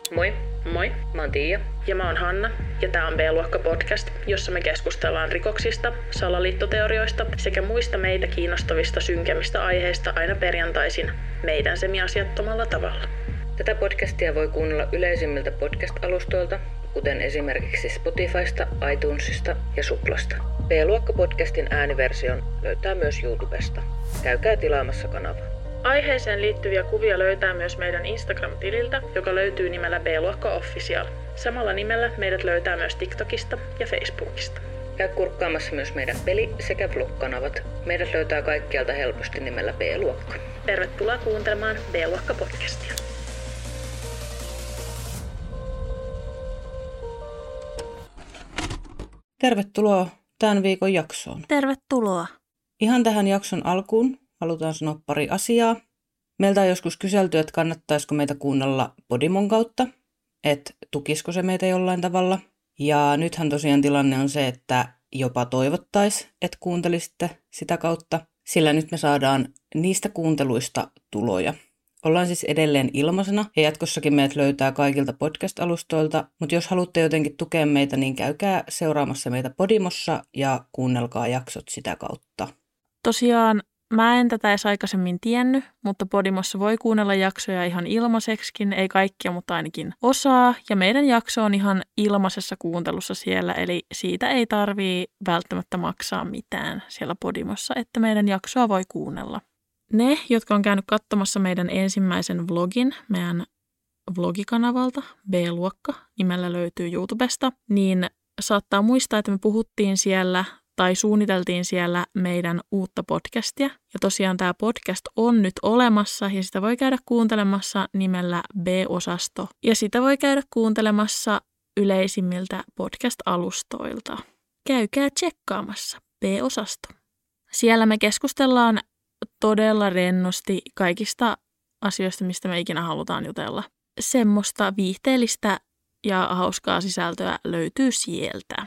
Moi, Moi, mä oon Tiia. ja mä oon Hanna, ja tää on B-luokka podcast, jossa me keskustellaan rikoksista, salaliittoteorioista sekä muista meitä kiinnostavista synkemmistä aiheista aina perjantaisin meidän semiasiattomalla tavalla. Tätä podcastia voi kuunnella yleisimmiltä podcast-alustoilta, kuten esimerkiksi Spotifysta, iTunesista ja Suplasta. B-luokka-podcastin ääniversion löytää myös YouTubesta. Käykää tilaamassa kanava. Aiheeseen liittyviä kuvia löytää myös meidän Instagram-tililtä, joka löytyy nimellä B-luokka Official. Samalla nimellä meidät löytää myös TikTokista ja Facebookista. Käy kurkkaamassa myös meidän peli- sekä vlog-kanavat. Meidät löytää kaikkialta helposti nimellä B-luokka. Tervetuloa kuuntelemaan B-luokka-podcastia. Tervetuloa tämän viikon jaksoon. Tervetuloa. Ihan tähän jakson alkuun halutaan sanoa pari asiaa. Meiltä on joskus kyselty, että kannattaisiko meitä kuunnella Podimon kautta, että tukisiko se meitä jollain tavalla. Ja nythän tosiaan tilanne on se, että jopa toivottaisiin, että kuuntelisitte sitä kautta, sillä nyt me saadaan niistä kuunteluista tuloja. Ollaan siis edelleen ilmaisena ja jatkossakin meidät löytää kaikilta podcast-alustoilta, mutta jos haluatte jotenkin tukea meitä, niin käykää seuraamassa meitä Podimossa ja kuunnelkaa jaksot sitä kautta. Tosiaan mä en tätä edes aikaisemmin tiennyt, mutta Podimossa voi kuunnella jaksoja ihan ilmaiseksikin, ei kaikkia, mutta ainakin osaa. Ja meidän jakso on ihan ilmaisessa kuuntelussa siellä, eli siitä ei tarvii välttämättä maksaa mitään siellä Podimossa, että meidän jaksoa voi kuunnella. Ne, jotka on käynyt katsomassa meidän ensimmäisen vlogin, meidän vlogikanavalta, B-luokka, nimellä löytyy YouTubesta, niin saattaa muistaa, että me puhuttiin siellä tai suunniteltiin siellä meidän uutta podcastia. Ja tosiaan tämä podcast on nyt olemassa ja sitä voi käydä kuuntelemassa nimellä B-osasto. Ja sitä voi käydä kuuntelemassa yleisimmiltä podcast-alustoilta. Käykää tsekkaamassa B-osasto. Siellä me keskustellaan todella rennosti kaikista asioista, mistä me ikinä halutaan jutella. Semmoista viihteellistä ja hauskaa sisältöä löytyy sieltä.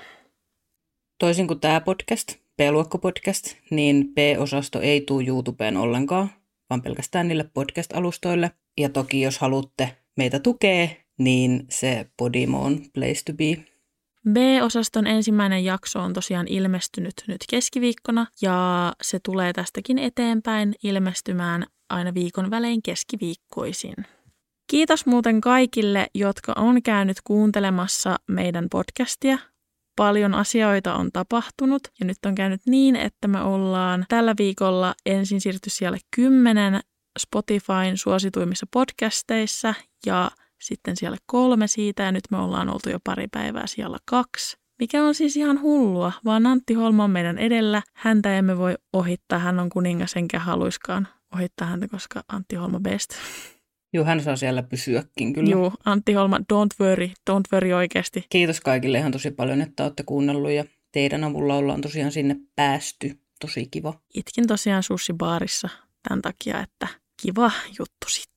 Toisin kuin tämä podcast, B-luokka-podcast, niin B-osasto ei tule YouTubeen ollenkaan, vaan pelkästään niille podcast-alustoille. Ja toki jos haluatte meitä tukea, niin se Podimo on place to be. B-osaston ensimmäinen jakso on tosiaan ilmestynyt nyt keskiviikkona ja se tulee tästäkin eteenpäin ilmestymään aina viikon välein keskiviikkoisin. Kiitos muuten kaikille, jotka on käynyt kuuntelemassa meidän podcastia. Paljon asioita on tapahtunut ja nyt on käynyt niin, että me ollaan tällä viikolla ensin siirrytty siellä 10 Spotifyn suosituimmissa podcasteissa ja sitten siellä 3 siitä ja nyt me ollaan oltu jo pari päivää siellä 2. Mikä on siis ihan hullua, vaan Antti Holma on meidän edellä. Häntä emme voi ohittaa, hän on kuningas enkä haluiskaan ohittaa häntä, koska Antti Holma best. Joo, hän saa siellä pysyäkin kyllä. Joo, Antti Holma, don't worry oikeasti. Kiitos kaikille ihan tosi paljon, että olette kuunnellut ja teidän avulla ollaan tosiaan sinne päästy. Tosi kiva. Itkin tosiaan sushi-baarissa tämän takia, että kiva juttu sitten.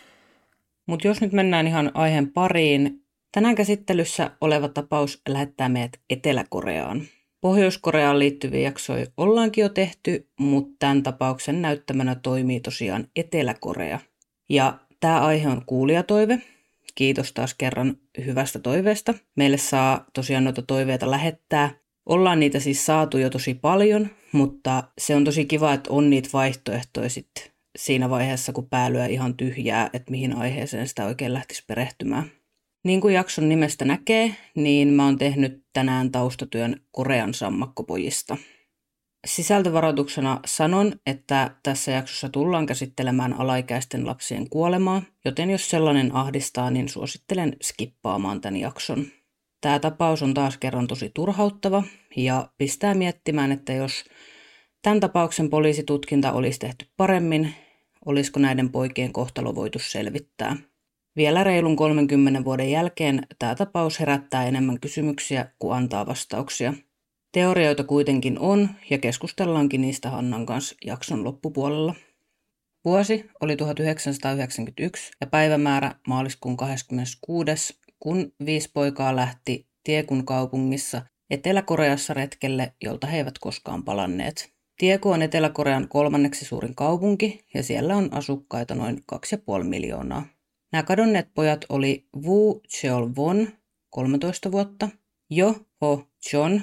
Mutta jos nyt mennään ihan aiheen pariin, tänään käsittelyssä oleva tapaus lähettää meidät Etelä-Koreaan. Pohjois-Koreaan liittyviä jaksoja ollaankin jo tehty, mutta tämän tapauksen näyttämänä toimii tosiaan Etelä-Korea. Ja tämä aihe on kuulijatoive. Kiitos taas kerran hyvästä toiveesta. Meille saa tosiaan noita toiveita lähettää. Ollaan niitä siis saatu jo tosi paljon, mutta se on tosi kiva, että on niitä vaihtoehtoja sitten siinä vaiheessa, kun pää lyö ihan tyhjää, että mihin aiheeseen sitä oikein lähtisi perehtymään. Niin kuin jakson nimestä näkee, niin mä oon tehnyt tänään taustatyön Korean sammakkopojista. Sisältövaroituksena sanon, että tässä jaksossa tullaan käsittelemään alaikäisten lapsien kuolemaa, joten jos sellainen ahdistaa, niin suosittelen skippaamaan tämän jakson. Tämä tapaus on taas kerran tosi turhauttava ja pistää miettimään, että jos tämän tapauksen poliisitutkinta olisi tehty paremmin, olisiko näiden poikien kohtalo voitu selvittää. Vielä reilun 30 vuoden jälkeen tämä tapaus herättää enemmän kysymyksiä kuin antaa vastauksia. Teorioita kuitenkin on ja keskustellaankin niistä Hannan kanssa jakson loppupuolella. Vuosi oli 1991 ja päivämäärä maaliskuun 26, kun 5 poikaa lähti Daegun kaupungissa Etelä-Koreassa retkelle, jolta he eivät koskaan palanneet. Daegu on Etelä-Korean 3. suurin kaupunki ja siellä on asukkaita noin 2,5 miljoonaa. Nämä kadonneet pojat oli Woo Cheol-won, 13 vuotta, Jo Ho-john,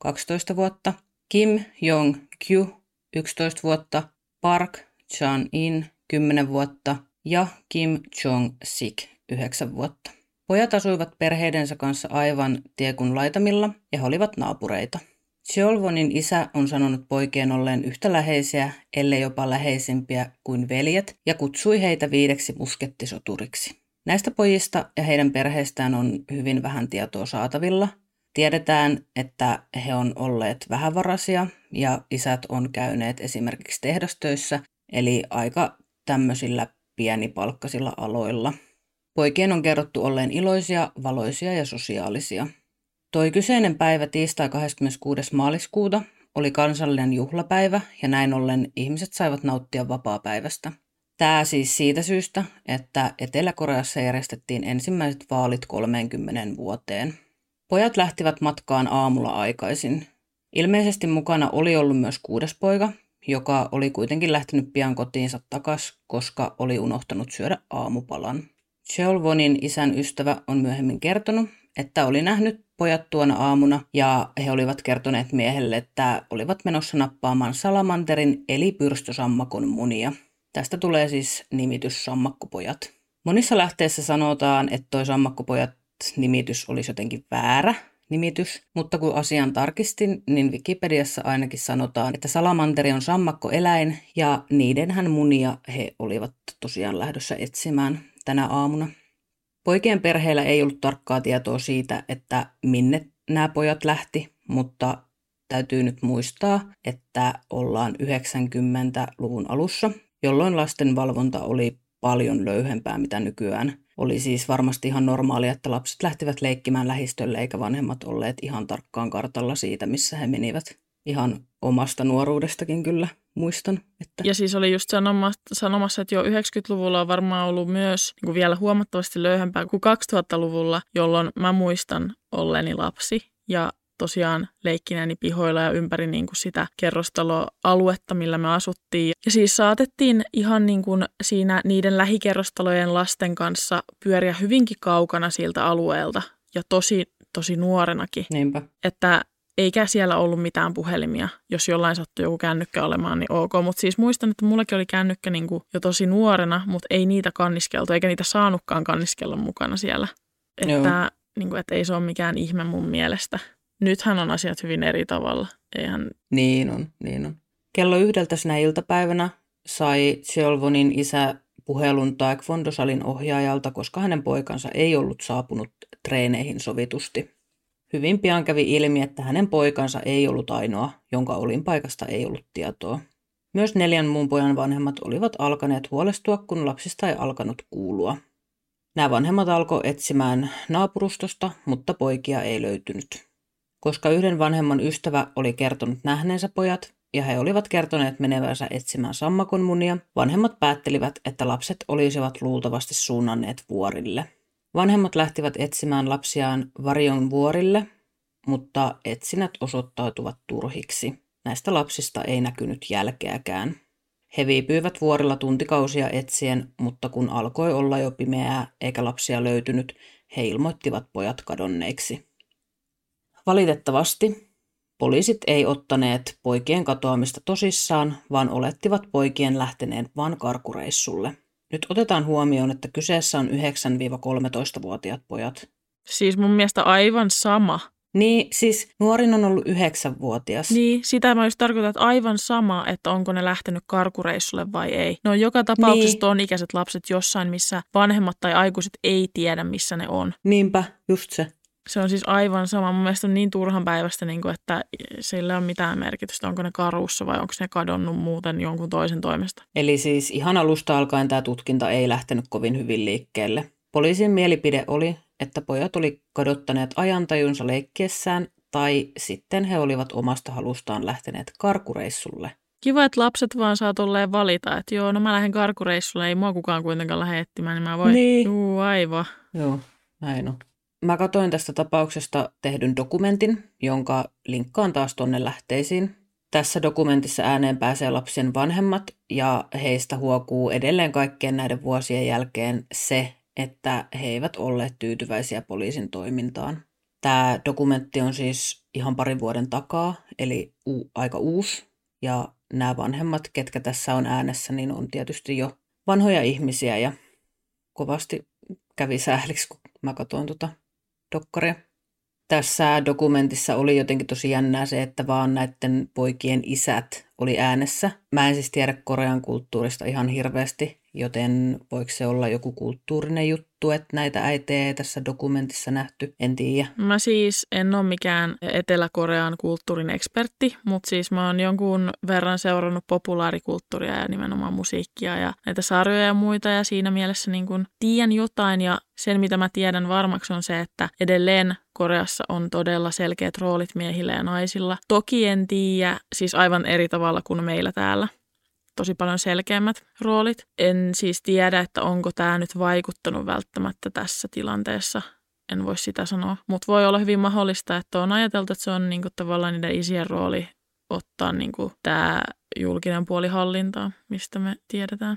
12 vuotta, Kim Jong-kyu, 11 vuotta, Park Chan-in, 10 vuotta ja Kim Jong-sik, 9 vuotta. Pojat asuivat perheidensä kanssa aivan tiekun laitamilla ja he olivat naapureita. Cheol-wonin isä on sanonut poikien olleen yhtä läheisiä, ellei jopa läheisempiä kuin veljet, ja kutsui heitä 5 muskettisoturiksi. Näistä pojista ja heidän perheestään on hyvin vähän tietoa saatavilla. Tiedetään, että he on olleet vähävaraisia ja isät on käyneet esimerkiksi tehdastöissä, eli aika tämmöisillä pienipalkkaisilla aloilla. Poikien on kerrottu olleen iloisia, valoisia ja sosiaalisia. Toi kyseinen päivä tiistai 26. maaliskuuta oli kansallinen juhlapäivä ja näin ollen ihmiset saivat nauttia vapaapäivästä. Tämä siis siitä syystä, että Etelä-Koreassa järjestettiin ensimmäiset vaalit 30 vuoteen. Pojat lähtivät matkaan aamulla aikaisin. Ilmeisesti mukana oli ollut myös 6. poika, joka oli kuitenkin lähtenyt pian kotiinsa takaisin, koska oli unohtanut syödä aamupalan. Cheol-wonin isän ystävä on myöhemmin kertonut, että oli nähnyt pojat tuona aamuna ja he olivat kertoneet miehelle, että olivat menossa nappaamaan salamanterin eli pyrstösammakon munia. Tästä tulee siis nimitys sammakkopojat. Monissa lähteissä sanotaan, että toi sammakkopojat-nimitys olisi jotenkin väärä nimitys, mutta kun asian tarkistin, niin Wikipediassa ainakin sanotaan, että salamanteri on sammakkoeläin ja niidenhän munia he olivat tosiaan lähdössä etsimään tänä aamuna. Poikien perheellä ei ollut tarkkaa tietoa siitä, että minne nämä pojat lähti, mutta täytyy nyt muistaa, että ollaan 90-luvun alussa, jolloin lastenvalvonta oli paljon löyhempää mitä nykyään. Oli siis varmasti ihan normaalia, että lapset lähtivät leikkimään lähistölle eikä vanhemmat olleet ihan tarkkaan kartalla siitä, missä he menivät. Ihan omasta nuoruudestakin kyllä muistan. Että... Ja siis oli just sanomassa, että jo 90-luvulla on varmaan ollut myös niin kuin vielä huomattavasti löyhempää kuin 2000-luvulla, jolloin mä muistan olleeni lapsi ja tosiaan leikkineeni pihoilla ja ympäri niin kuin sitä kerrostaloaluetta, millä me asuttiin. Ja siis saatettiin ihan niin kuin siinä niiden lähikerrostalojen lasten kanssa pyöriä hyvinkin kaukana siltä alueelta ja tosi nuorenakin. Niinpä. Että eikä siellä ollut mitään puhelimia. Jos jollain sattui joku kännykkä olemaan, niin ok. Mutta siis muistan, että mullakin oli kännykkä niin kuin jo tosi nuorena, mutta ei niitä kanniskeltu, eikä niitä saanutkaan kanniskella mukana siellä. Että niin kuin, että ei se ole mikään ihme mun mielestä. Nythän on asiat hyvin eri tavalla. Eihän... Niin on. Kello 1 sinä iltapäivänä sai Cheol-wonin isä puhelun taekwondo-salin ohjaajalta, koska hänen poikansa ei ollut saapunut treeneihin sovitusti. Hyvin pian kävi ilmi, että hänen poikansa ei ollut ainoa, jonka olinpaikasta ei ollut tietoa. Myös 4 muun pojan vanhemmat olivat alkaneet huolestua, kun lapsista ei alkanut kuulua. Nämä vanhemmat alkoivat etsimään naapurustosta, mutta poikia ei löytynyt. Koska yhden vanhemman ystävä oli kertonut nähneensä pojat ja he olivat kertoneet menevänsä etsimään sammakonmunia, vanhemmat päättelivät, että lapset olisivat luultavasti suunnanneet vuorille. Vanhemmat lähtivät etsimään lapsiaan Varjon vuorille, mutta etsinnät osoittautuvat turhiksi. Näistä lapsista ei näkynyt jälkeäkään. He viipyivät vuorilla tuntikausia etsien, mutta kun alkoi olla jo pimeää eikä lapsia löytynyt, he ilmoittivat pojat kadonneiksi. Valitettavasti poliisit ei ottaneet poikien katoamista tosissaan, vaan olettivat poikien lähteneen vain karkureissulle. Nyt otetaan huomioon, että kyseessä on 9-13-vuotiaat pojat. Siis mun mielestä aivan sama. Niin, siis nuorin on ollut 9-vuotias. Niin, sitä mä just tarkoitan, että aivan sama, että onko ne lähtenyt karkureissulle vai ei. No joka tapauksessa on ikäiset lapset jossain, missä vanhemmat tai aikuiset ei tiedä, missä ne on. Niinpä, just se. Se on siis aivan sama. Mun mielestä on niin turhan päivästä, että sillä ei ole mitään merkitystä, onko ne karussa vai onko ne kadonnut muuten jonkun toisen toimesta. Eli siis ihan alusta alkaen tämä tutkinta ei lähtenyt kovin hyvin liikkeelle. Poliisin mielipide oli, että pojat oli kadottaneet ajantajunsa leikkiessään tai sitten he olivat omasta halustaan lähteneet karkureissulle. Kiva, että lapset vaan saa tolleen valita, että joo, no mä lähden karkureissulle, ei mua kukaan kuitenkaan lähde etsimään, niin mä voin. Niin. Juu, aivan. Joo, näin on. Mä katsoin tästä tapauksesta tehdyn dokumentin, jonka linkkaan taas tonne lähteisiin. Tässä dokumentissa ääneen pääsee lapsien vanhemmat ja heistä huokuu edelleen kaikkien näiden vuosien jälkeen se, että he eivät olleet tyytyväisiä poliisin toimintaan. Tämä dokumentti on siis ihan parin vuoden takaa, eli aika uusi. Ja nämä vanhemmat, ketkä tässä on äänessä, niin on tietysti jo vanhoja ihmisiä ja kovasti kävi sääliksi, kun mä katsoin tuota dokkaria. Tässä dokumentissa oli jotenkin tosi jännää se, että vaan näiden poikien isät oli äänessä. Mä en siis tiedä Korean kulttuurista ihan hirveästi, joten voiko se olla joku kulttuurinen juttu, että näitä äitejä ei tässä dokumentissa nähty, en tiedä. Mä siis en ole mikään Etelä-Korean kulttuurin ekspertti, mutta siis mä oon jonkun verran seurannut populaarikulttuuria ja nimenomaan musiikkia ja näitä sarjoja ja muita ja siinä mielessä niin kun tiedän jotain ja sen mitä mä tiedän varmaksi on se, että edelleen Koreassa on todella selkeät roolit miehillä ja naisilla. Toki en tiedä, siis aivan eri tavalla kuin meillä täällä. Tosi paljon selkeämmät roolit. En siis tiedä, että onko tämä nyt vaikuttanut välttämättä tässä tilanteessa. En voi sitä sanoa. Mutta voi olla hyvin mahdollista, että on ajateltu, että se on niinku tavallaan niiden isien rooli ottaa niinku tämä julkinen puoli hallintaan, mistä me tiedetään.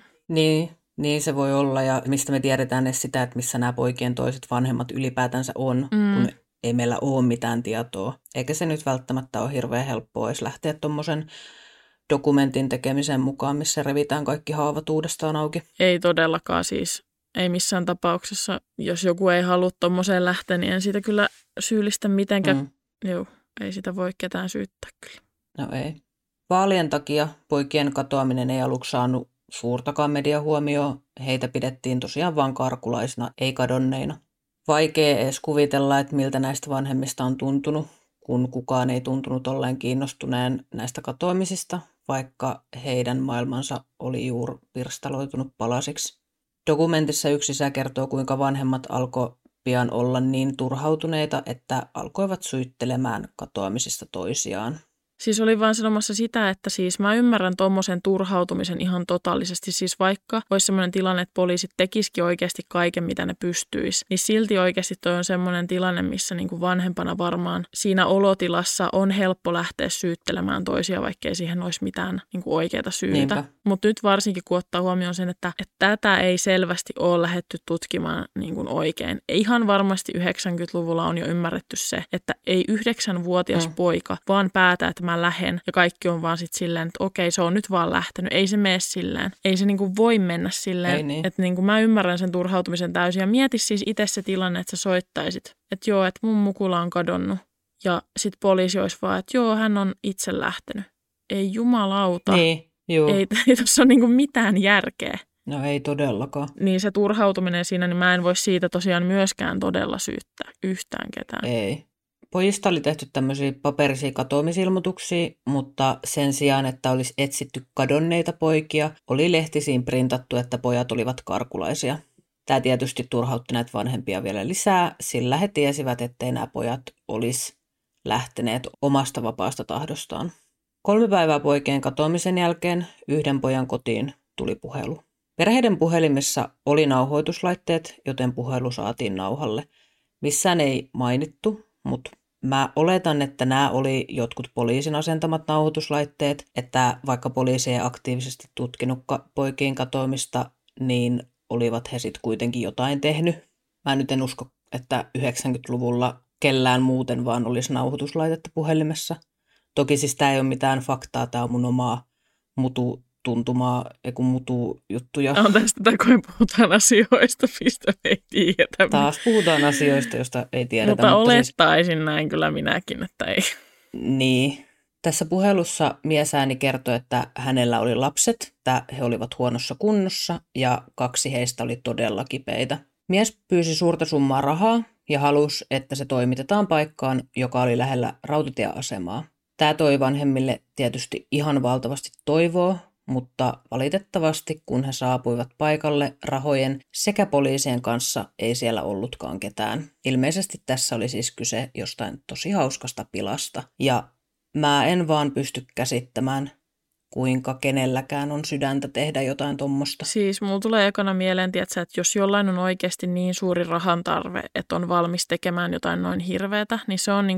Niin se voi olla ja mistä me tiedetään edes sitä, että missä nämä poikien toiset vanhemmat ylipäätänsä on, kun ei meillä ole mitään tietoa. Eikä se nyt välttämättä ole hirveän helppoa edes lähteä tuommoisen dokumentin tekemisen mukaan, missä revitään kaikki haavat uudestaan auki. Ei todellakaan siis. Ei missään tapauksessa. Jos joku ei halua tuommoiseen lähteä, niin en siitä kyllä syyllistä mitenkään. Joo, ei sitä voi ketään syyttää kyllä. No ei. Vaalien takia poikien katoaminen ei aluksi saanut suurtakaan mediahuomioon. Heitä pidettiin tosiaan vain karkulaisina, ei kadonneina. Vaikea edes kuvitella, että miltä näistä vanhemmista on tuntunut, kun kukaan ei tuntunut olleen kiinnostuneen näistä katoamisista, vaikka heidän maailmansa oli juuri pirstaloitunut palasiksi. Dokumentissa yksi isä kertoo, kuinka vanhemmat alkoi pian olla niin turhautuneita, että alkoivat syyttelemään katoamisista toisiaan. Siis oli vaan sanomassa sitä, että siis mä ymmärrän tommosen turhautumisen ihan totaalisesti. Siis vaikka olisi semmoinen tilanne, että poliisit tekisikin oikeasti kaiken, mitä ne pystyisi, niin silti oikeasti toi on semmoinen tilanne, missä niinku vanhempana varmaan siinä olotilassa on helppo lähteä syyttelemään toisia, vaikkei siihen olisi mitään niinku oikeaa syytä. Mutta nyt varsinkin, kun ottaa huomioon sen, että tätä ei selvästi ole lähdetty tutkimaan niinku oikein. Ihan varmasti 90-luvulla on jo ymmärretty se, että ei 9-vuotias poika vaan päätä, että mä lähden ja kaikki on vaan sitten silleen, että okei, se on nyt vaan lähtenyt. Ei se mene silleen. Ei se niinku voi mennä silleen. Niin. Että niinku mä ymmärrän sen turhautumisen täysin. Ja mieti siis itse se tilanne, että sä soittaisit. Että joo, että mun mukula on kadonnut. Ja sitten poliisi olisi vaan, että joo, hän on itse lähtenyt. Ei jumalauta. Niin, joo. Ei tuossa ole niinku mitään järkeä. No ei todellakaan. Niin se turhautuminen siinä, niin mä en voi siitä tosiaan myöskään todella syyttää yhtään ketään. Ei. Pojista oli tehty tämmöisiä paperisia katoamisilmoituksia, mutta sen sijaan, että olisi etsitty kadonneita poikia, oli lehtisiin printattu, että pojat olivat karkulaisia. Tämä tietysti turhautti näitä vanhempia vielä lisää, sillä he tiesivät, ettei nämä pojat olisi lähteneet omasta vapaasta tahdostaan. 3 päivää poikien katoamisen jälkeen yhden pojan kotiin tuli puhelu. Perheiden puhelimessa oli nauhoituslaitteet, joten puhelu saatiin nauhalle. Missään ei mainittu, mutta mä oletan, että nämä oli jotkut poliisin asentamat nauhoituslaitteet, että vaikka poliisi ei aktiivisesti tutkinut poikien katoamista, niin olivat he sitten kuitenkin jotain tehnyt. Mä nyt en usko, että 90-luvulla kellään muuten vaan olisi nauhoituslaitetta puhelimessa. Toki siis tämä ei ole mitään faktaa, tämä on mun omaa mutu-tuntumaa, mutu-juttuja. On tästä kun puhutaan asioista, mistä me ei tiedetä. Taas puhutaan asioista, joista ei tiedetä. Mutta olettaisin siis näin kyllä minäkin, että ei. Niin. Tässä puhelussa miesääni kertoi, että hänellä oli lapset, että he olivat huonossa kunnossa ja 2 heistä oli todella kipeitä. Mies pyysi suurta summaa rahaa ja halusi, että se toimitetaan paikkaan, joka oli lähellä rautatieasemaa. Tämä toi vanhemmille tietysti ihan valtavasti toivoa, mutta valitettavasti kun he saapuivat paikalle rahojen sekä poliisien kanssa ei siellä ollutkaan ketään. Ilmeisesti tässä oli siis kyse jostain tosi hauskasta pilasta ja mä en vaan pysty käsittämään, kuinka kenelläkään on sydäntä tehdä jotain tommosta. Siis mulla tulee ekana mieleen, tiiätsä, että jos jollain on oikeasti niin suuri rahan tarve, että on valmis tekemään jotain noin hirveätä, niin se on niinku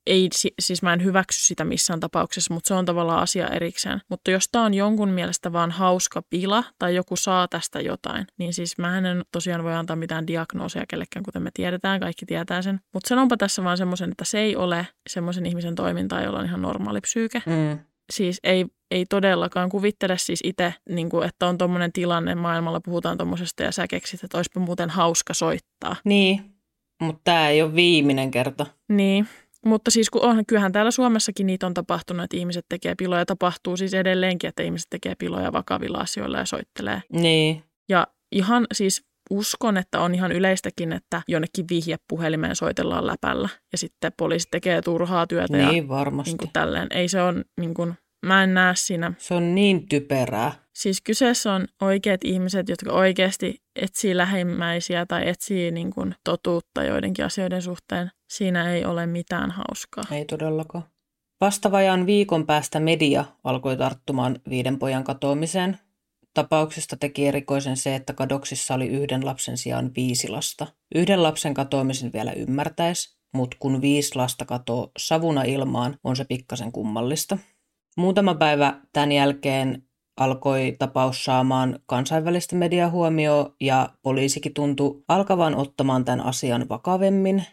siis mä en hyväksy sitä missään tapauksessa, mutta se on tavallaan asia erikseen. Mutta jos tää on jonkun mielestä vaan hauska pila tai joku saa tästä jotain, niin siis mähän en tosiaan voi antaa mitään diagnoosia kellekään, kuten me tiedetään, kaikki tietää sen. Mutta sanonpa tässä vaan semmoisen, että se ei ole semmoisen ihmisen toimintaa, jolla on ihan normaali psyyke. Siis ei todellakaan kuvittele siis itse, niin kuin, että on tommoinen tilanne, maailmalla puhutaan tommosesta ja sä keksit, että olisipa muuten hauska soittaa. Niin, mutta tämä ei ole viimeinen kerta. Niin, mutta siis kyllähän täällä Suomessakin niitä on tapahtunut, että ihmiset tekee piloja. Tapahtuu siis edelleenkin, että ihmiset tekee piloja vakavilla asioilla ja soittelee. Niin. Ja ihan siis uskon, että on ihan yleistäkin, että jonnekin vihjepuhelimeen soitellaan läpällä ja sitten poliisi tekee turhaa työtä. Niin, ja varmasti. niin kuin tälleen. Ei se on, niin kuin, mä en näe siinä. Se on niin typerää. Siis kyseessä on oikeat ihmiset, jotka oikeasti etsii lähimmäisiä tai etsii niin kuin totuutta joidenkin asioiden suhteen. Siinä ei ole mitään hauskaa. Ei todellakaan. Vasta vajaan viikon päästä media alkoi tarttumaan 5 pojan katoamiseen. Tapauksesta teki erikoisen se, että kadoksissa oli 1 lapsen sijaan 5 lasta. 1 lapsen katoamisen vielä ymmärtäisi, mutta kun 5 lasta katoo savuna ilmaan, on se pikkasen kummallista. Muutama päivä tämän jälkeen alkoi tapaus saamaan kansainvälistä mediahuomioon ja poliisikin tuntui alkavan ottamaan tämän asian vakavemmin.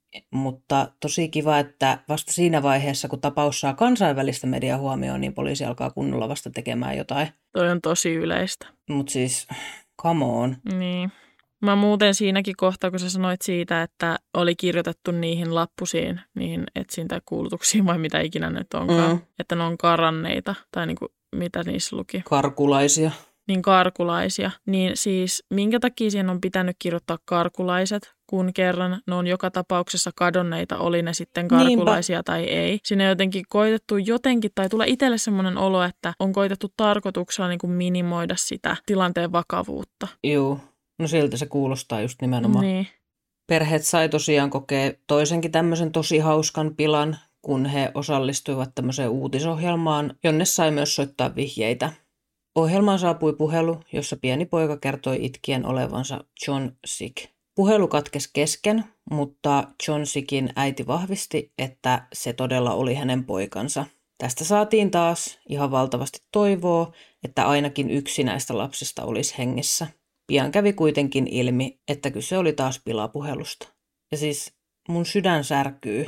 Mutta tosi kiva, että vasta siinä vaiheessa, kun tapaus saa kansainvälistä mediahuomioon, niin poliisi alkaa kunnolla vasta tekemään jotain. Toi on tosi yleistä. Mutta siis, come on. Niin. Mä muuten siinäkin kohtaa, kun sä sanoit siitä, että oli kirjoitettu niihin lappusiin, niihin etsintäkuulutuksiin vai mitä ikinä nyt onkaan, että ne on karanneita tai niinku, mitä niissä luki. Karkulaisia. Niin karkulaisia. Niin siis minkä takia siihen on pitänyt kirjoittaa karkulaiset, kun kerran ne on joka tapauksessa kadonneita, oli ne sitten karkulaisia tai ei. Siinä on jotenkin koitettu tai tulee itselle semmoinen olo, että on koitettu tarkoituksella niin kuin minimoida sitä tilanteen vakavuutta. Joo. No siltä se kuulostaa just nimenomaan. Niin. Perheet sai tosiaan kokea toisenkin tämmöisen tosi hauskan pilan, kun he osallistuivat tämmöiseen uutisohjelmaan, jonne sai myös soittaa vihjeitä. Ohjelmaan saapui puhelu, jossa pieni poika kertoi itkien olevansa John Sick. Puhelu katkesi kesken, mutta John Sickin äiti vahvisti, että se todella oli hänen poikansa. Tästä saatiin taas ihan valtavasti toivoa, että ainakin yksi näistä lapsista olisi hengissä. Pian kävi kuitenkin ilmi, että kyse oli taas pilapuhelusta. Ja siis mun sydän särkyy.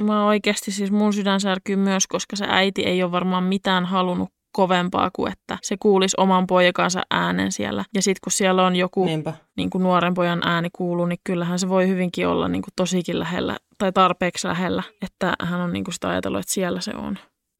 Mun sydän särkyy myös, koska se äiti ei ole varmaan mitään halunnut kovempaa kuin että se kuulisi oman poikansa äänen siellä. Ja sitten kun siellä on joku niin kuin nuoren pojan ääni kuuluu, niin kyllähän se voi hyvinkin olla niin kuin tosikin lähellä tai tarpeeksi lähellä, että hän on niin kuin sitä ajatellut, että siellä se on.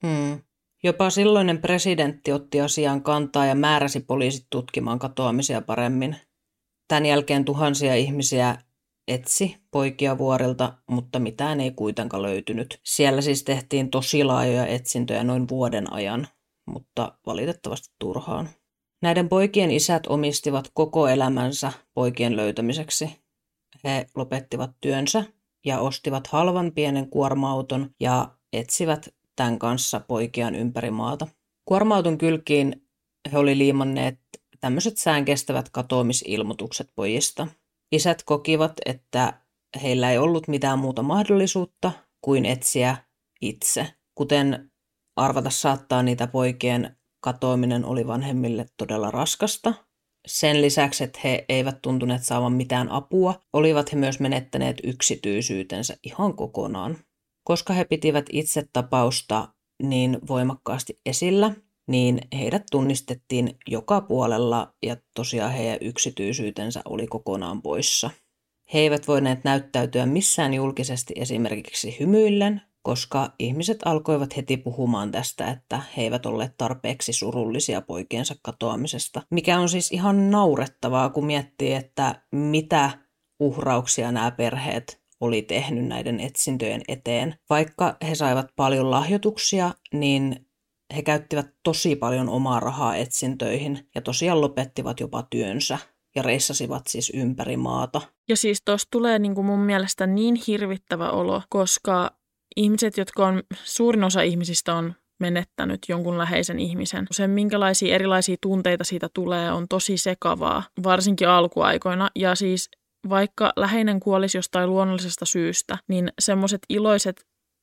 Jopa silloinen presidentti otti asiaan kantaa ja määräsi poliisit tutkimaan katoamisia paremmin. Tämän jälkeen tuhansia ihmisiä etsi poikia vuorilta, mutta mitään ei kuitenkaan löytynyt. Siellä siis tehtiin tosi laajoja etsintöjä noin vuoden ajan, mutta valitettavasti turhaan. Näiden poikien isät omistivat koko elämänsä poikien löytämiseksi. He lopettivat työnsä ja ostivat halvan pienen kuorma-auton ja etsivät tämän kanssa poikiaan ympäri maata. Kuorma-auton kylkiin he oli liimanneet tämmöiset säänkestävät katoamisilmoitukset pojista. Isät kokivat, että heillä ei ollut mitään muuta mahdollisuutta kuin etsiä itse. Kuten arvata saattaa, niitä poikien katoaminen oli vanhemmille todella raskasta. Sen lisäksi, että he eivät tuntuneet saavan mitään apua, olivat he myös menettäneet yksityisyytensä ihan kokonaan. Koska he pitivät itse tapausta niin voimakkaasti esillä, niin heidät tunnistettiin joka puolella ja tosiaan heidän yksityisyytensä oli kokonaan poissa. He eivät voineet näyttäytyä missään julkisesti esimerkiksi hymyillen, koska ihmiset alkoivat heti puhumaan tästä, että he eivät olleet tarpeeksi surullisia poikiensa katoamisesta. Mikä on siis ihan naurettavaa, kun miettii, että mitä uhrauksia nämä perheet oli tehnyt näiden etsintöjen eteen. Vaikka he saivat paljon lahjoituksia, niin he käyttivät tosi paljon omaa rahaa etsintöihin ja tosiaan lopettivat jopa työnsä ja reissasivat siis ympäri maata. Ja siis tuossa tulee niin kuin mun mielestä niin hirvittävä olo, koska ihmiset, jotka on, suurin osa ihmisistä on menettänyt jonkun läheisen ihmisen. Se, minkälaisia erilaisia tunteita siitä tulee, on tosi sekavaa, varsinkin alkuaikoina. Ja siis vaikka läheinen kuolisi jostain luonnollisesta syystä, niin semmoiset iloiset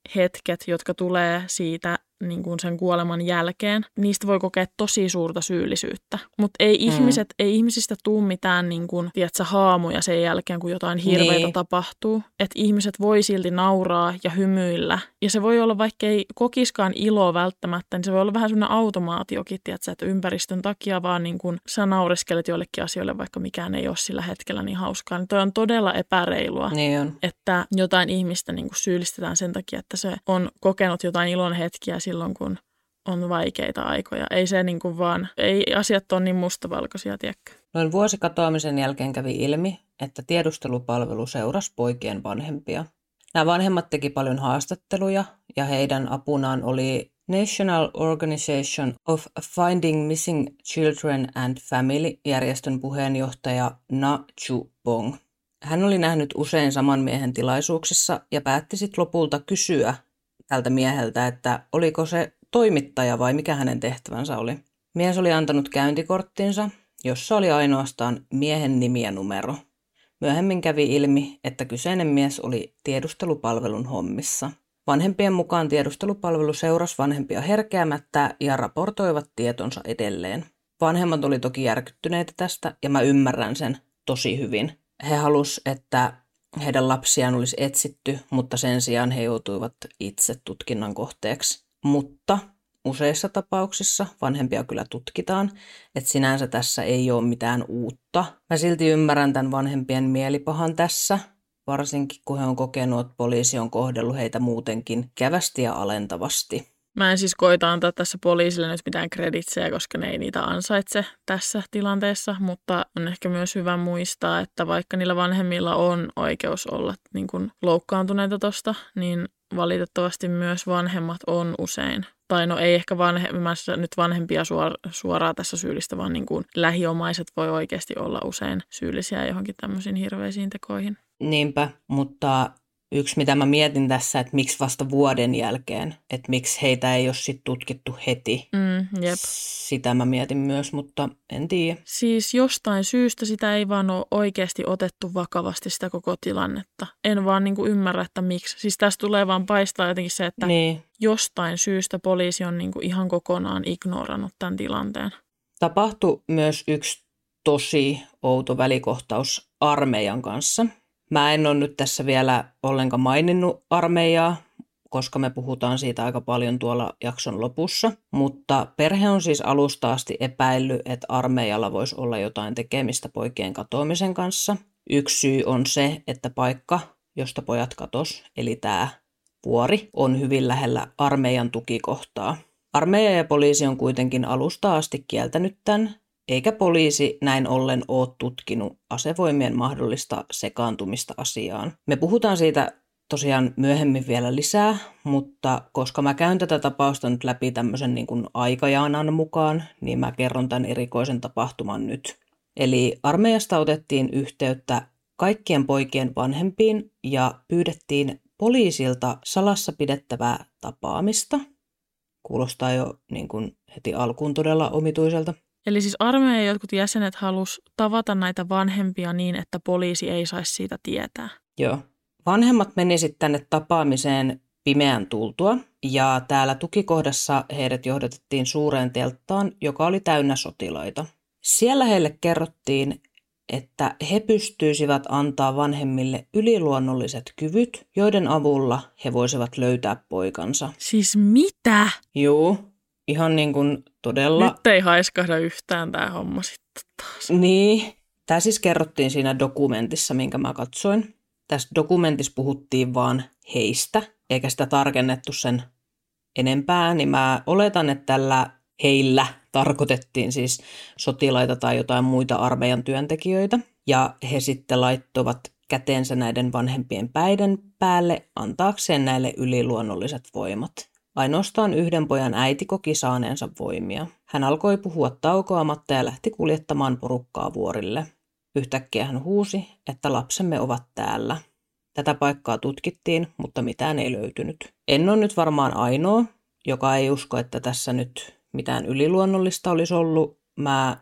hetket, jotka tulee siitä niin kuin sen kuoleman jälkeen, niistä voi kokea tosi suurta syyllisyyttä. Mutta ei ihmisistä tule mitään niin kuin, tiedätkö, haamuja sen jälkeen, kun jotain hirveätä tapahtuu. Että ihmiset voi silti nauraa ja hymyillä. Ja se voi olla, vaikka ei kokiskaan iloa välttämättä, niin se voi olla vähän sellainen automaatiokin, tiedätkö, että ympäristön takia vaan niin kuin sä naureskelet jollekin asioille, vaikka mikään ei ole sillä hetkellä niin hauskaa. Niin toi on todella epäreilua, Niin on. että jotain ihmistä niin kuin syyllistetään sen takia, että se on kokenut jotain ilon hetkiä silloin, kun on vaikeita aikoja. Ei se niin kuin vaan, ei asiat ole niin mustavalkoisia, tiedätkö? Noin vuosi katoamisen jälkeen kävi ilmi, että tiedustelupalvelu seurasi poikien vanhempia. Nämä vanhemmat teki paljon haastatteluja ja heidän apunaan oli National Organization of Finding Missing Children and Family-järjestön puheenjohtaja Na Chu Bong. Hän oli nähnyt usein saman miehen tilaisuuksissa ja päätti sitten lopulta kysyä tältä mieheltä, että oliko se toimittaja vai mikä hänen tehtävänsä oli. Mies oli antanut käyntikorttinsa, jossa oli ainoastaan miehen nimi ja numero. Myöhemmin kävi ilmi, että kyseinen mies oli tiedustelupalvelun hommissa. Vanhempien mukaan tiedustelupalvelu seurasi vanhempia herkeämättä ja raportoivat tietonsa edelleen. Vanhemmat oli toki järkyttyneitä tästä ja mä ymmärrän sen tosi hyvin. He halusivat, että heidän lapsiaan olisi etsitty, mutta sen sijaan he joutuivat itse tutkinnan kohteeksi. Mutta useissa tapauksissa vanhempia kyllä tutkitaan, että sinänsä tässä ei ole mitään uutta. Mä silti ymmärrän tämän vanhempien mielipahan tässä, varsinkin kun he on kokenut, että poliisi on kohdellut heitä muutenkin kävästi ja alentavasti. Mä en siis koita antaa tässä poliisille nyt mitään kreditsejä, koska ne ei niitä ansaitse tässä tilanteessa, mutta on ehkä myös hyvä muistaa, että vaikka niillä vanhemmilla on oikeus olla niin kuin loukkaantuneita tosta, niin valitettavasti myös vanhemmat on usein, tai no ei ehkä nyt vanhempia suoraan tässä syyllistä, vaan niin kuin lähiomaiset voi oikeasti olla usein syyllisiä johonkin tämmöisiin hirveisiin tekoihin. Niinpä, mutta yksi mitä mä mietin tässä, että miksi vasta vuoden jälkeen, että miksi heitä ei ole sit tutkittu heti. Jep. Sitä mä mietin myös, mutta en tiedä. Siis jostain syystä sitä ei vaan ole oikeasti otettu vakavasti sitä koko tilannetta. En vaan niin kuin ymmärrä, että miksi. Siis tässä tulee vaan paistaa jotenkin se, että jostain syystä poliisi on niin kuin ihan kokonaan ignorannut tämän tilanteen. Tapahtui myös yksi tosi outo välikohtaus armeijan kanssa. Mä en ole nyt tässä vielä ollenkaan maininnut armeijaa, koska me puhutaan siitä aika paljon tuolla jakson lopussa. Mutta perhe on siis alusta asti epäillyt, että armeijalla voisi olla jotain tekemistä poikien katoamisen kanssa. Yksi syy on se, että paikka, josta pojat katos, eli tämä vuori, on hyvin lähellä armeijan tukikohtaa. Armeija ja poliisi on kuitenkin alusta asti kieltänyt tämän, eikä poliisi näin ollen ole tutkinut asevoimien mahdollista sekaantumista asiaan. Me puhutaan siitä tosiaan myöhemmin vielä lisää, mutta koska mä käyn tätä tapausta nyt läpi tämmöisen niin kuin aikajaanan mukaan, niin mä kerron tämän erikoisen tapahtuman nyt. Eli armeijasta otettiin yhteyttä kaikkien poikien vanhempiin ja pyydettiin poliisilta salassa pidettävää tapaamista. Kuulostaa jo niin kuin heti alkuun todella omituiselta. Eli siis armeijan jotkut jäsenet halusi tavata näitä vanhempia niin, että poliisi ei saisi siitä tietää. Joo. Vanhemmat meni sitten tänne tapaamiseen pimeän tultua ja täällä tukikohdassa heidät johdatettiin suureen telttaan, joka oli täynnä sotilaita. Siellä heille kerrottiin, että he pystyisivät antaa vanhemmille yliluonnolliset kyvyt, joiden avulla he voisivat löytää poikansa. Siis mitä? Joo, ihan niin kuin todella. Nyt ei haiskahda yhtään tämä homma sitten taas. Niin, tämä siis kerrottiin siinä dokumentissa, minkä mä katsoin. Tässä dokumentissa puhuttiin vaan heistä, eikä sitä tarkennettu sen enempää, niin mä oletan, että tällä heillä tarkoitettiin siis sotilaita tai jotain muita armeijan työntekijöitä. Ja he sitten laittoivat käteensä näiden vanhempien päiden päälle antaakseen näille yliluonnolliset voimat. Ainoastaan yhden pojan äiti koki saaneensa voimia. Hän alkoi puhua taukoamatta ja lähti kuljettamaan porukkaa vuorille. Yhtäkkiä hän huusi, että lapsemme ovat täällä. Tätä paikkaa tutkittiin, mutta mitään ei löytynyt. En ole nyt varmaan ainoa, joka ei usko, että tässä nyt mitään yliluonnollista olisi ollut. Mä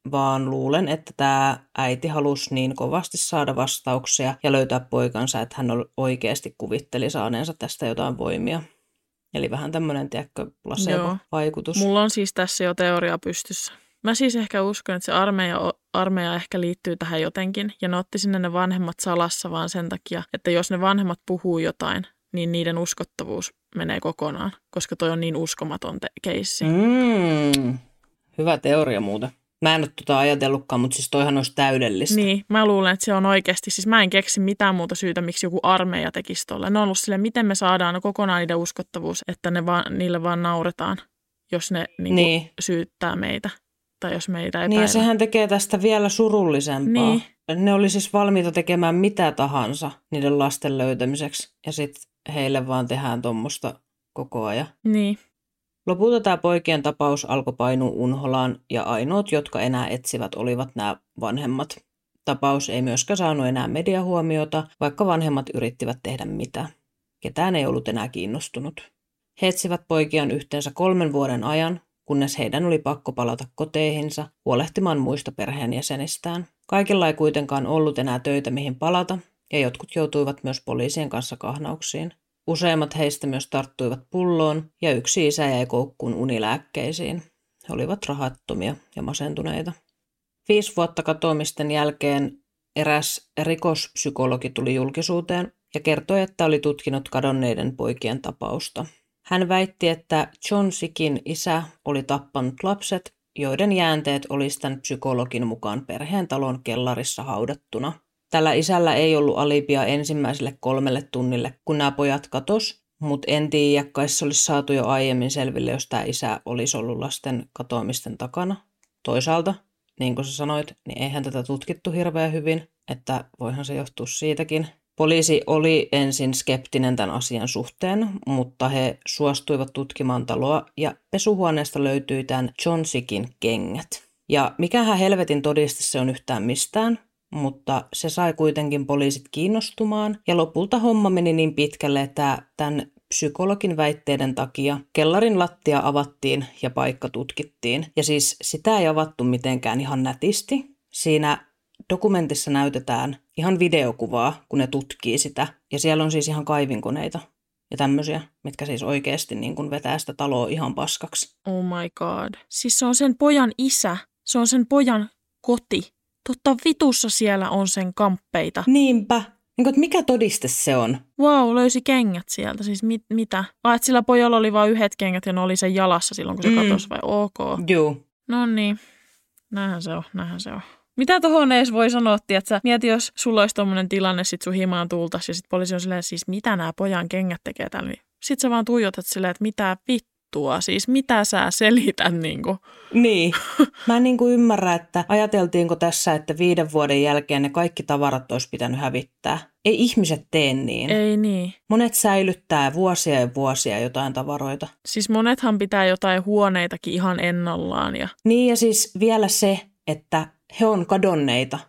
vaan luulen, että tämä äiti halusi niin kovasti saada vastauksia ja löytää poikansa, että hän oikeasti kuvitteli saaneensa tästä jotain voimia. Eli vähän tämmöinen, tiedätkö, placebo-vaikutus. Mulla on siis tässä jo teoria pystyssä. Mä siis ehkä uskon, että se armeija ehkä liittyy tähän jotenkin, ja ne otti sinne ne vanhemmat salassa vaan sen takia, että jos ne vanhemmat puhuu jotain, niin niiden uskottavuus menee kokonaan, koska toi on niin uskomaton keissi. Hyvä teoria muuten. Mä en ole ajatellutkaan, mutta siis toihan olisi täydellistä. Niin, mä luulen, että se on oikeasti, siis mä en keksi mitään muuta syytä, miksi joku armeija tekisi tolle. Ne on ollut silleen, miten me saadaan kokonaan niiden uskottavuus, että niille vaan nauretaan, jos ne syyttää meitä. Tai jos meitä epäillä. Niin ja sehän tekee tästä vielä surullisempaa. Niin. Ne oli siis valmiita tekemään mitä tahansa niiden lasten löytämiseksi. Ja sitten heille vaan tehdään tuommoista koko ajan. Niin. Lopulta tämä poikien tapaus alkoi painua unholaan ja ainoat, jotka enää etsivät, olivat nämä vanhemmat. Tapaus ei myöskään saanut enää mediahuomiota, vaikka vanhemmat yrittivät tehdä mitä. Ketään ei ollut enää kiinnostunut. He etsivät poikiaan yhteensä 3 vuoden ajan, kunnes heidän oli pakko palata koteihinsa huolehtimaan muista perheenjäsenistään. Kaikilla ei kuitenkaan ollut enää töitä mihin palata, ja jotkut joutuivat myös poliisien kanssa kahnauksiin. Useimmat heistä myös tarttuivat pulloon, ja yksi isä jäi koukkuun unilääkkeisiin. He olivat rahattomia ja masentuneita. 5 vuotta katoamisten jälkeen eräs rikospsykologi tuli julkisuuteen ja kertoi, että oli tutkinut kadonneiden poikien tapausta. Hän väitti, että John Sickin isä oli tappanut lapset, joiden jäänteet olisi tämän psykologin mukaan perheen talon kellarissa haudattuna. Tällä isällä ei ollut alibia ensimmäiselle 3 tunnille, kun nämä pojat katos, mutta en tiedä, kai se olisi saatu jo aiemmin selville, jos tämä isä olisi ollut lasten katoamisten takana. Toisaalta, niin kuin sä sanoit, niin eihän tätä tutkittu hirveän hyvin, että voihan se johtua siitäkin. Poliisi oli ensin skeptinen tämän asian suhteen, mutta he suostuivat tutkimaan taloa ja pesuhuoneesta löytyi tämän John Sickin kengät. Ja mikähän helvetin todiste se on yhtään mistään, mutta se sai kuitenkin poliisit kiinnostumaan ja lopulta homma meni niin pitkälle, että tämän psykologin väitteiden takia kellarin lattia avattiin ja paikka tutkittiin. Ja siis sitä ei avattu mitenkään ihan nätisti. Siinä dokumentissa näytetään ihan videokuvaa, kun ne tutkii sitä. Ja siellä on siis ihan kaivinkoneita ja tämmöisiä, mitkä siis oikeasti niin kuin vetää sitä taloa ihan paskaksi. Oh my god. Siis se on sen pojan isä. Se on sen pojan koti. Totta vitussa siellä on sen kamppeita. Niinpä. Niin, että mikä todiste se on? Vau, löysi kengät sieltä. Siis mitä? Että sillä pojalla oli vain yhdet kengät ja ne oli sen jalassa silloin, kun se katosi vai ok? Joo. No niin. Näinhän se on. Mitä tohon edes voi sanoa, tiiätsä? Mieti, jos sulla olisi tommonen tilanne, sit sun himaan tultas ja sit poliisi on silleen, siis mitä nämä pojan kengät tekee täällä? Sit sä vaan tuijotat silleen, että mitä vittua, siis mitä sä selität niinku? Niin. Mä en niinku ymmärrä, että ajateltiinko tässä, että 5 vuoden jälkeen ne kaikki tavarat olisi pitänyt hävittää. Ei ihmiset tee niin. Ei niin. Monet säilyttää vuosia ja vuosia jotain tavaroita. Siis monethan pitää jotain huoneitakin ihan ennallaan. Niin ja siis vielä se, että he on kadonneita.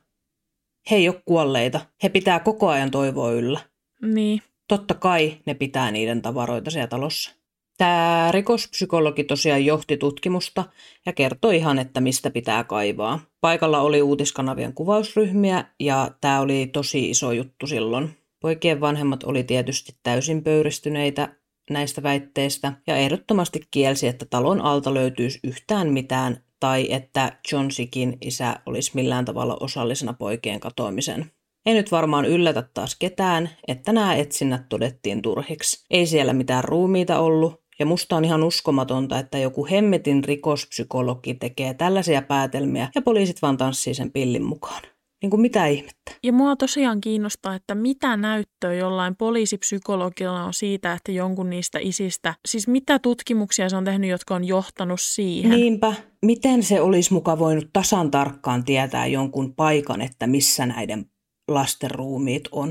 He ei ole kuolleita. He pitää koko ajan toivoa yllä. Niin. Totta kai ne pitää niiden tavaroita siellä talossa. Tämä rikospsykologi tosiaan johti tutkimusta ja kertoi ihan, että mistä pitää kaivaa. Paikalla oli uutiskanavien kuvausryhmiä ja tämä oli tosi iso juttu silloin. Poikien vanhemmat oli tietysti täysin pöyristyneitä näistä väitteistä ja ehdottomasti kielsi, että talon alta löytyisi yhtään mitään tai että John Sickin isä olisi millään tavalla osallisena poikien katoamiseen. Ei nyt varmaan yllätä taas ketään, että nämä etsinnät todettiin turhiksi. Ei siellä mitään ruumiita ollut, ja musta on ihan uskomatonta, että joku hemmetin rikospsykologi tekee tällaisia päätelmiä ja poliisit vaan tanssii sen pillin mukaan. Niin kuin mitä ihmettä. Ja mua tosiaan kiinnostaa, että mitä näyttöä jollain poliisipsykologilla on siitä, että jonkun niistä isistä, siis mitä tutkimuksia se on tehnyt, jotka on johtanut siihen. Niinpä, miten se olisi muka voinut tasan tarkkaan tietää jonkun paikan, että missä näiden lasten ruumiit on.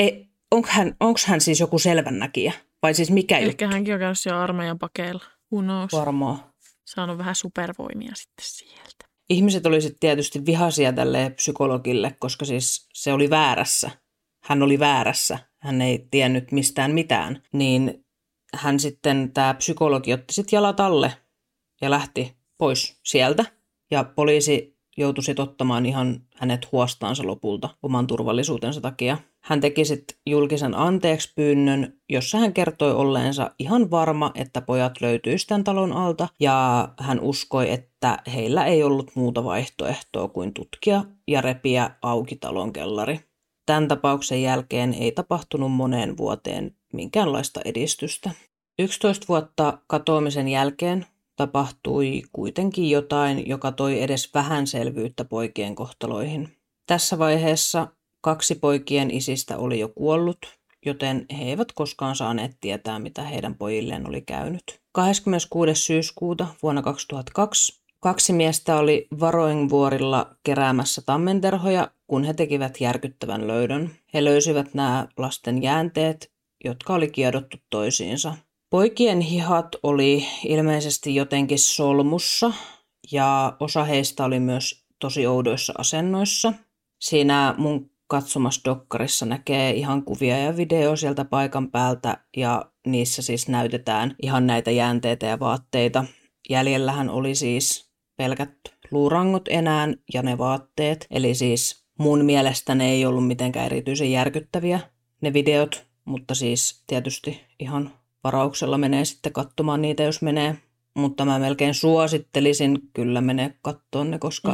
Onko hän siis joku selvännäkijä? Vai siis mikä juttu? Ehkä hänkin on käynyt siellä armeijan pakeilla. Who knows? Varmaan. Saanut vähän supervoimia sitten sieltä. Ihmiset oli sitten tietysti vihaisia tälle psykologille, koska siis se oli väärässä. Hän oli väärässä. Hän ei tiennyt mistään mitään. Niin hän sitten, tämä psykologi otti sitten jalat alle ja lähti pois sieltä. Ja poliisi joutui sitten ottamaan ihan hänet huostaansa lopulta oman turvallisuutensa takia. Hän teki sitten julkisen anteekspyynnön, jossa hän kertoi olleensa ihan varma, että pojat löytyisivät tämän talon alta, ja hän uskoi, että heillä ei ollut muuta vaihtoehtoa kuin tutkia ja repiä auki talon kellari. Tämän tapauksen jälkeen ei tapahtunut moneen vuoteen minkäänlaista edistystä. 11 vuotta katoamisen jälkeen tapahtui kuitenkin jotain, joka toi edes vähän selvyyttä poikien kohtaloihin. Tässä vaiheessa 2 poikien isistä oli jo kuollut, joten he eivät koskaan saaneet tietää, mitä heidän pojilleen oli käynyt. 26. syyskuuta vuonna 2002 2 miestä oli Varoingvuorilla keräämässä tammenterhoja, kun he tekivät järkyttävän löydön. He löysivät nämä lasten jäänteet, jotka oli kiedottu toisiinsa. Poikien hihat oli ilmeisesti jotenkin solmussa ja osa heistä oli myös tosi oudoissa asennoissa. Siinä mun katsomassa dokkarissa näkee ihan kuvia ja video sieltä paikan päältä ja niissä siis näytetään ihan näitä jäänteitä ja vaatteita. Jäljellähän oli siis pelkät luurangot enää ja ne vaatteet, eli siis mun mielestä ne ei ollut mitenkään erityisen järkyttäviä ne videot, mutta siis tietysti ihan varauksella menee sitten katsomaan niitä, jos menee. Mutta mä melkein suosittelisin kyllä menee katsomaan ne, koska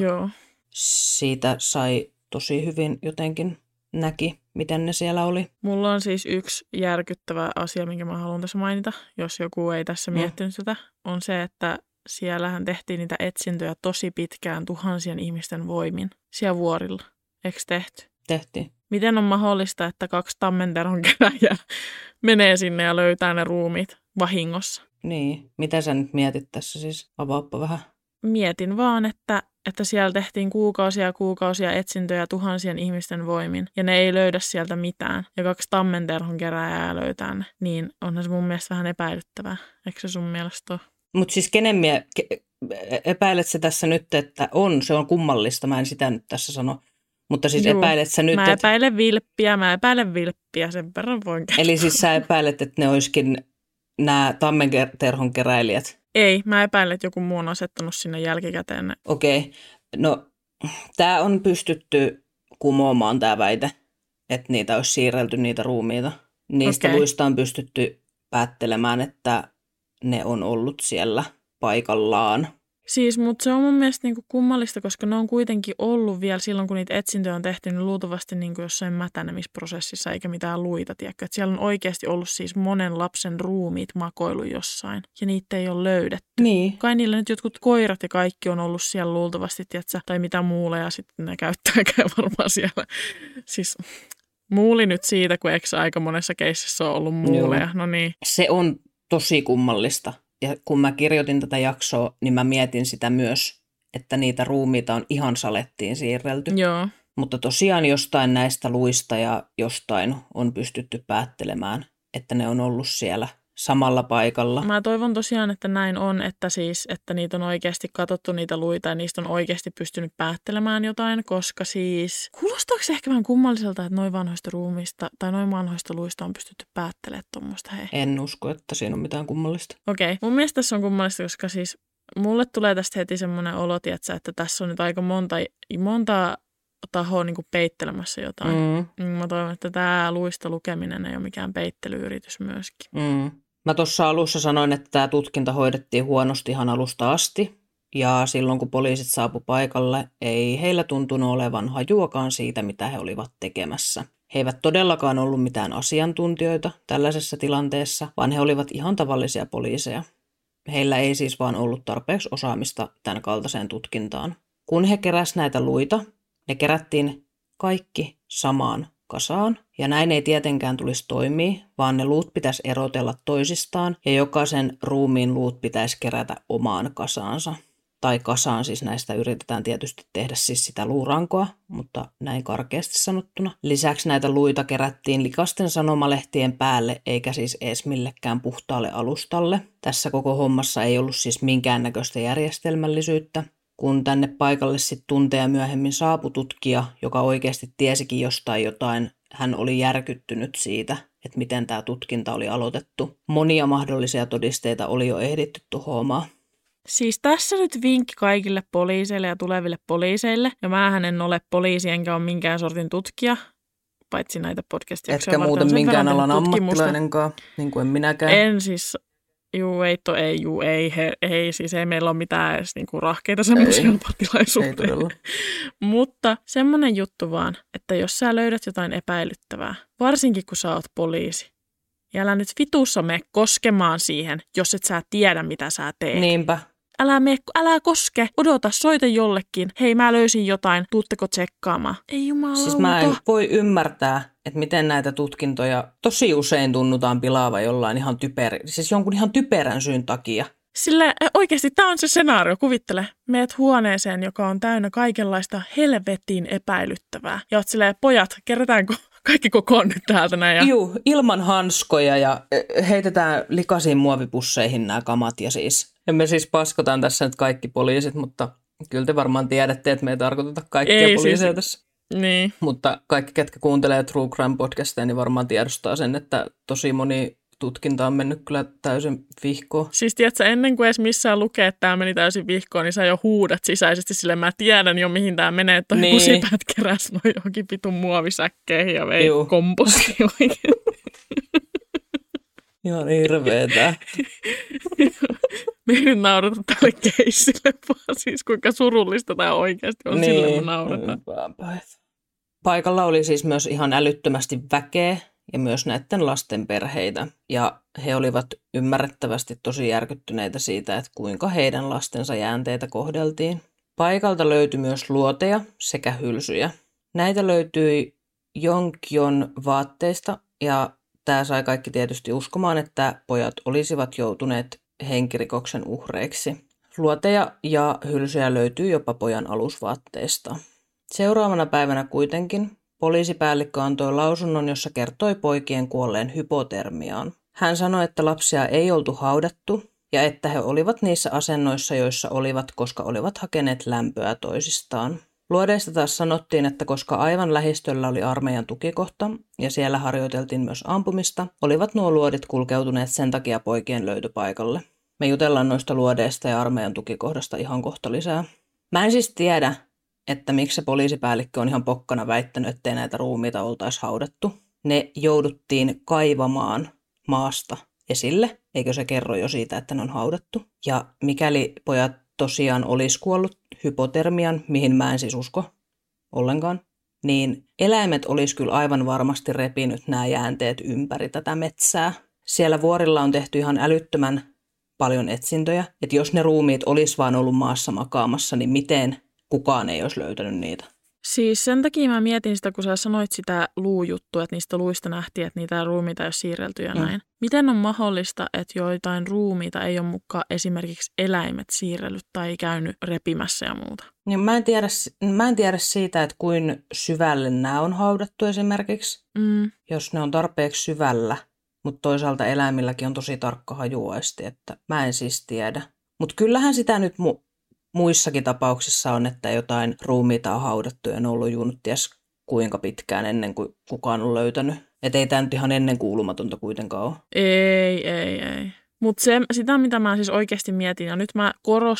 siitä sai tosi hyvin jotenkin näki, miten ne siellä oli. Mulla on siis yksi järkyttävä asia, minkä mä haluan tässä mainita, jos joku ei tässä miettinyt sitä, on se, että siellähän tehtiin niitä etsintöjä tosi pitkään tuhansien ihmisten voimin siellä vuorilla. Eikö tehty? Tehtiin. Miten on mahdollista, että 2 tammenterhon keräjää menee sinne ja löytää ne ruumiit vahingossa? Niin. Mitä sä nyt mietit tässä siis? Avaappa vähän. Mietin vaan, että siellä tehtiin kuukausia etsintöjä tuhansien ihmisten voimin, ja ne ei löydä sieltä mitään. Ja 2 tammenterhon keräjää löytää ne. Niin onhan se mun mielestä vähän epäilyttävää. Eikö se sun mielestä ole? Mutta siis kenen epäilet sä tässä nyt, että se on kummallista, mä en sitä nyt tässä sano. Mutta siis epäilet sä nyt, mä epäilen vilppiä, sen verran voin kertoa. Eli siis sä epäilet, että ne olisikin nämä tammenterhon keräilijät? Ei, mä epäilen, että joku muu on asettanut sinne jälkikäteen. Okei. No, tää on pystytty kumoamaan tää väite, että niitä olisi siirrelty niitä ruumiita. Niistä luista on pystytty päättelemään, että ne on ollut siellä paikallaan. Siis, mutta se on mun mielestä niinku kummallista, koska ne on kuitenkin ollut vielä silloin, kun niitä etsintöjä on tehty, niin luultavasti niinku jossain mätänemisprosessissa eikä mitään luita, tiedäkö. Että siellä on oikeasti ollut siis monen lapsen ruumiit makoilu jossain ja niitä ei ole löydetty. Niin. Kai niillä nyt jotkut koirat ja kaikki on ollut siellä luultavasti, tiedätkö, tai mitä muulle ja sitten ne käyttääkään varmaan siellä. Siis muuli nyt siitä, kun eikö aika monessa keississä on ollut muuleja. No niin. Se on tosi kummallista. Ja kun mä kirjoitin tätä jaksoa, niin mä mietin sitä myös, että niitä ruumiita on ihan salettiin siirrelty. Joo. Mutta tosiaan jostain näistä luista ja jostain on pystytty päättelemään, että ne on ollut siellä samalla paikalla. Mä toivon tosiaan, että näin on, että niitä on oikeasti katsottu niitä luita ja niistä on oikeasti pystynyt päättelemään jotain, koska siis kuulostaako se ehkä vähän kummalliselta, että noin vanhoista ruumista tai noin vanhoista luista on pystytty päättelemään tuommoista hei. En usko, että siinä on mitään kummallista. Okei. Mun mielestä tässä on kummallista, koska siis mulle tulee tästä heti semmoinen olo, että tässä on nyt aika monta tahoa niin kuin peittelemässä jotain. Mä toivon, että tämä luista lukeminen ei ole mikään peittelyyritys myöskin. Mä tuossa alussa sanoin, että tämä tutkinta hoidettiin huonosti ihan alusta asti. Ja silloin, kun poliisit saapu paikalle, ei heillä tuntunut olevan hajuakaan siitä, mitä he olivat tekemässä. He eivät todellakaan ollut mitään asiantuntijoita tällaisessa tilanteessa, vaan he olivat ihan tavallisia poliiseja. Heillä ei siis vaan ollut tarpeeksi osaamista tämän kaltaiseen tutkintaan. Kun he keräsivät näitä luita, ne kerättiin kaikki samaan kasaan, ja näin ei tietenkään tulisi toimia, vaan ne luut pitäisi erotella toisistaan, ja jokaisen ruumiin luut pitäisi kerätä omaan kasaansa. Tai kasaan, siis näistä yritetään tietysti tehdä siis sitä luurankoa, mutta näin karkeasti sanottuna. Lisäksi näitä luita kerättiin likaisten sanomalehtien päälle, eikä siis edes millekään puhtaalle alustalle. Tässä koko hommassa ei ollut siis minkäännäköistä järjestelmällisyyttä. Kun tänne paikalle sitten tunteja myöhemmin saapui tutkija, joka oikeasti tiesikin jostain jotain, hän oli järkyttynyt siitä, että miten tämä tutkinta oli aloitettu. Monia mahdollisia todisteita oli jo ehditty tuhoamaan. Siis tässä nyt vinkki kaikille poliiseille ja tuleville poliiseille. Ja mähän en ole poliisi enkä ole minkään sortin tutkija, paitsi näitä podcast-jaksoja. Etkä muuten minkään alan ammattilainenkaan, niin kuin en minäkään. En siis, ei, siis ei meillä ole mitään edes niinku rahkeita semmoisia ammattilaisuuksia. Ei todella. Mutta semmoinen juttu vaan, että jos sä löydät jotain epäilyttävää, varsinkin kun sä oot poliisi, ja älä nyt vitussa mene koskemaan siihen, jos et sä tiedä, mitä sä teet. Niinpä. Älä koske, odota, soita jollekin. Hei, mä löysin jotain, tuutteko tsekkaamaan? Ei jumalauta. Siis mä en voi ymmärtää, että miten näitä tutkintoja tosi usein tunnutaan pilaava jollain jonkun ihan typerän syyn takia. Sillä oikeasti tämä on se skenaario, kuvittele. Meet huoneeseen, joka on täynnä kaikenlaista helvetin epäilyttävää. Ja oot silleen, pojat, kerätäänkö kaikki kokoon nyt täältä näin? Ja... Juu, ilman hanskoja ja heitetään likaisiin muovipusseihin nämä kamat ja siis... Ja me siis paskotaan tässä nyt kaikki poliisit, mutta kyllä te varmaan tiedätte, että me ei tarkoiteta kaikkia poliiseja tässä. Niin. Mutta kaikki, ketkä kuuntelee True Crime podcasteja, niin varmaan tiedostaa sen, että tosi moni tutkinta on mennyt kyllä täysin vihkoon. Siis tiedätkö, ennen kuin edes missään lukee, että tämä meni täysin vihkoon, niin sä jo huudat sisäisesti silleen, mä tiedän jo mihin tämä menee, että niin. Kusipäät keräs noin johonkin vitun muovisäkkeihin ja vei kompostiin oikein. Ihan hirveetä. Me ei nyt naurata tälle keissille, vaan siis kuinka surullista tämä oikeasti on, niin, sille me naurataan. Paikalla oli siis myös ihan älyttömästi väkeä ja myös näiden lasten perheitä. Ja he olivat ymmärrettävästi tosi järkyttyneitä siitä, että kuinka heidän lastensa jäänteitä kohdeltiin. Paikalta löytyi myös luoteja sekä hylsyjä. Näitä löytyi Jonkjon vaatteista ja tämä sai kaikki tietysti uskomaan, että pojat olisivat joutuneet henkirikoksen uhreiksi. Luoteja ja hylsyjä löytyy jopa pojan alusvaatteista. Seuraavana päivänä kuitenkin poliisipäällikkö antoi lausunnon, jossa kertoi poikien kuolleen hypotermiaan. Hän sanoi, että lapsia ei oltu haudattu ja että he olivat niissä asennoissa, joissa olivat, koska olivat hakeneet lämpöä toisistaan. Luodeista taas sanottiin, että koska aivan lähistöllä oli armeijan tukikohta ja siellä harjoiteltiin myös ampumista, olivat nuo luodit kulkeutuneet sen takia poikien löytöpaikalle. Me jutellaan noista luodeista ja armeijan tukikohdasta ihan kohta lisää. Mä en siis tiedä, että miksi se poliisipäällikkö on ihan pokkana väittänyt, ettei näitä ruumiita oltaisi haudattu. Ne jouduttiin kaivamaan maasta esille, eikö se kerro jo siitä, että ne on haudattu. Ja mikäli pojat tosiaan olisi kuollut hypotermian, mihin mä en siis usko ollenkaan, niin eläimet olisi kyllä aivan varmasti repinyt nämä jäänteet ympäri tätä metsää. Siellä vuorilla on tehty ihan älyttömän paljon etsintöjä, että jos ne ruumiit olisi vaan ollut maassa makaamassa, niin miten kukaan ei olisi löytänyt niitä. Siis sen takia mä mietin sitä, kun sä sanoit sitä luujuttua, että niistä luista nähtiin, että niitä ruumiita ei ole siirrelty ja näin. Miten on mahdollista, että joitain ruumiita ei ole mukaan esimerkiksi eläimet siirrellyt tai käynyt repimässä ja muuta? Niin mä en tiedä siitä, että kuin syvälle nämä on haudattu esimerkiksi, jos ne on tarpeeksi syvällä. Mutta toisaalta eläimilläkin on tosi tarkka hajuaisti, että mä en siis tiedä. Mutta kyllähän sitä nyt muissakin tapauksissa on, että jotain ruumiita on haudattu ja ne on ollut juunut ties kuinka pitkään ennen kuin kukaan on löytänyt. Että ei tämä nyt ihan ennenkuulumatonta kuitenkaan ole. Ei. Mutta sitä, mitä mä siis oikeasti mietin, ja nyt mä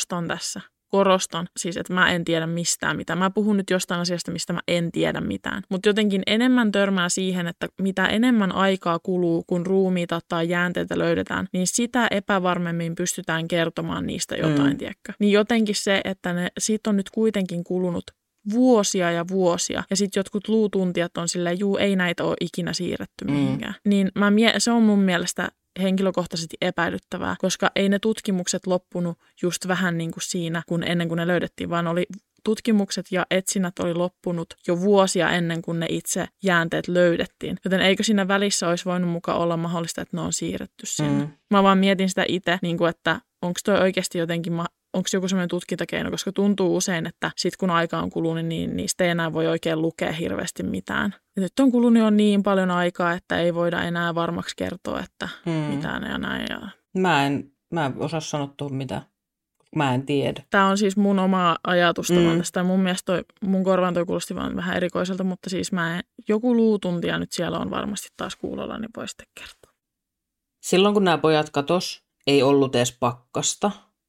korostan siis, että mä en tiedä mistään mitään. Mä puhun nyt jostain asiasta, mistä mä en tiedä mitään. Mutta jotenkin enemmän törmää siihen, että mitä enemmän aikaa kuluu, kun ruumiita tai jäänteitä löydetään, niin sitä epävarmemmin pystytään kertomaan niistä jotain, tiedätkö? Niin jotenkin se, että siitä on nyt kuitenkin kulunut vuosia ja vuosia. Ja sitten jotkut luutuntijat on silleen, ei näitä ole ikinä siirretty mihinkään. Niin se on mun mielestä henkilökohtaisesti epäilyttävää, koska ei ne tutkimukset loppunut just vähän niin kuin siinä, ennen kuin ne löydettiin, vaan tutkimukset ja etsinnät oli loppunut jo vuosia ennen kuin ne itse jäänteet löydettiin. Joten eikö siinä välissä olisi voinut mukaan olla mahdollista, että ne on siirretty sinne. Mä vaan mietin sitä itse, niin kuin, että onko toi oikeasti jotenkin onko joku sellainen tutkintakeino, koska tuntuu usein, että sit kun aika on kulunut, niin niistä ei enää voi oikein lukea hirveästi mitään. Ja nyt on kulunut jo niin paljon aikaa, että ei voida enää varmaksi kertoa, että mitään ja näin. Ja... Mä en osaa sanoa tuohon mitään. Mä en tiedä. Tämä on siis mun oma ajatusta vaan tästä. Mun mielestä mun korvaan toi kuulosti vaan vähän erikoiselta, mutta siis joku luutuntija nyt siellä on varmasti taas kuulolla, niin voi sitten kertoa. Silloin kun nämä pojat katos, ei ollut edes pakkasta.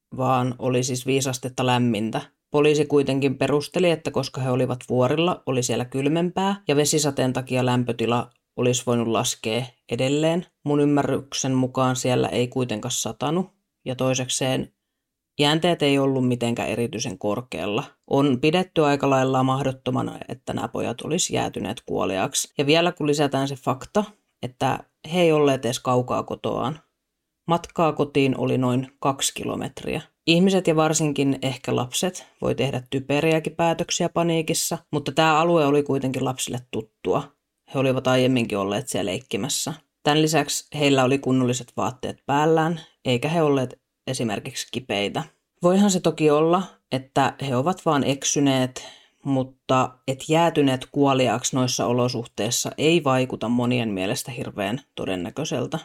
vaan oli siis 5 astetta lämmintä. Poliisi kuitenkin perusteli, että koska he olivat vuorilla, oli siellä kylmempää ja vesisateen takia lämpötila olisi voinut laskea edelleen. Mun ymmärryksen mukaan siellä ei kuitenkaan satanut ja toisekseen jäänteet ei ollut mitenkään erityisen korkealla. On pidetty aika lailla mahdottomana, että nämä pojat olisi jäätyneet kuoliaaksi. Ja vielä kun lisätään se fakta, että he ei olleet edes kaukaa kotoaan. Matkaa kotiin oli noin 2 kilometriä. Ihmiset ja varsinkin ehkä lapset voi tehdä typeriäkin päätöksiä paniikissa, mutta tämä alue oli kuitenkin lapsille tuttua. He olivat aiemminkin olleet siellä leikkimässä. Tämän lisäksi heillä oli kunnolliset vaatteet päällään, eikä he olleet esimerkiksi kipeitä. Voihan se toki olla, että he ovat vaan eksyneet, mutta jäätyneet kuoliaaksi noissa olosuhteissa ei vaikuta monien mielestä hirveän todennäköiseltä.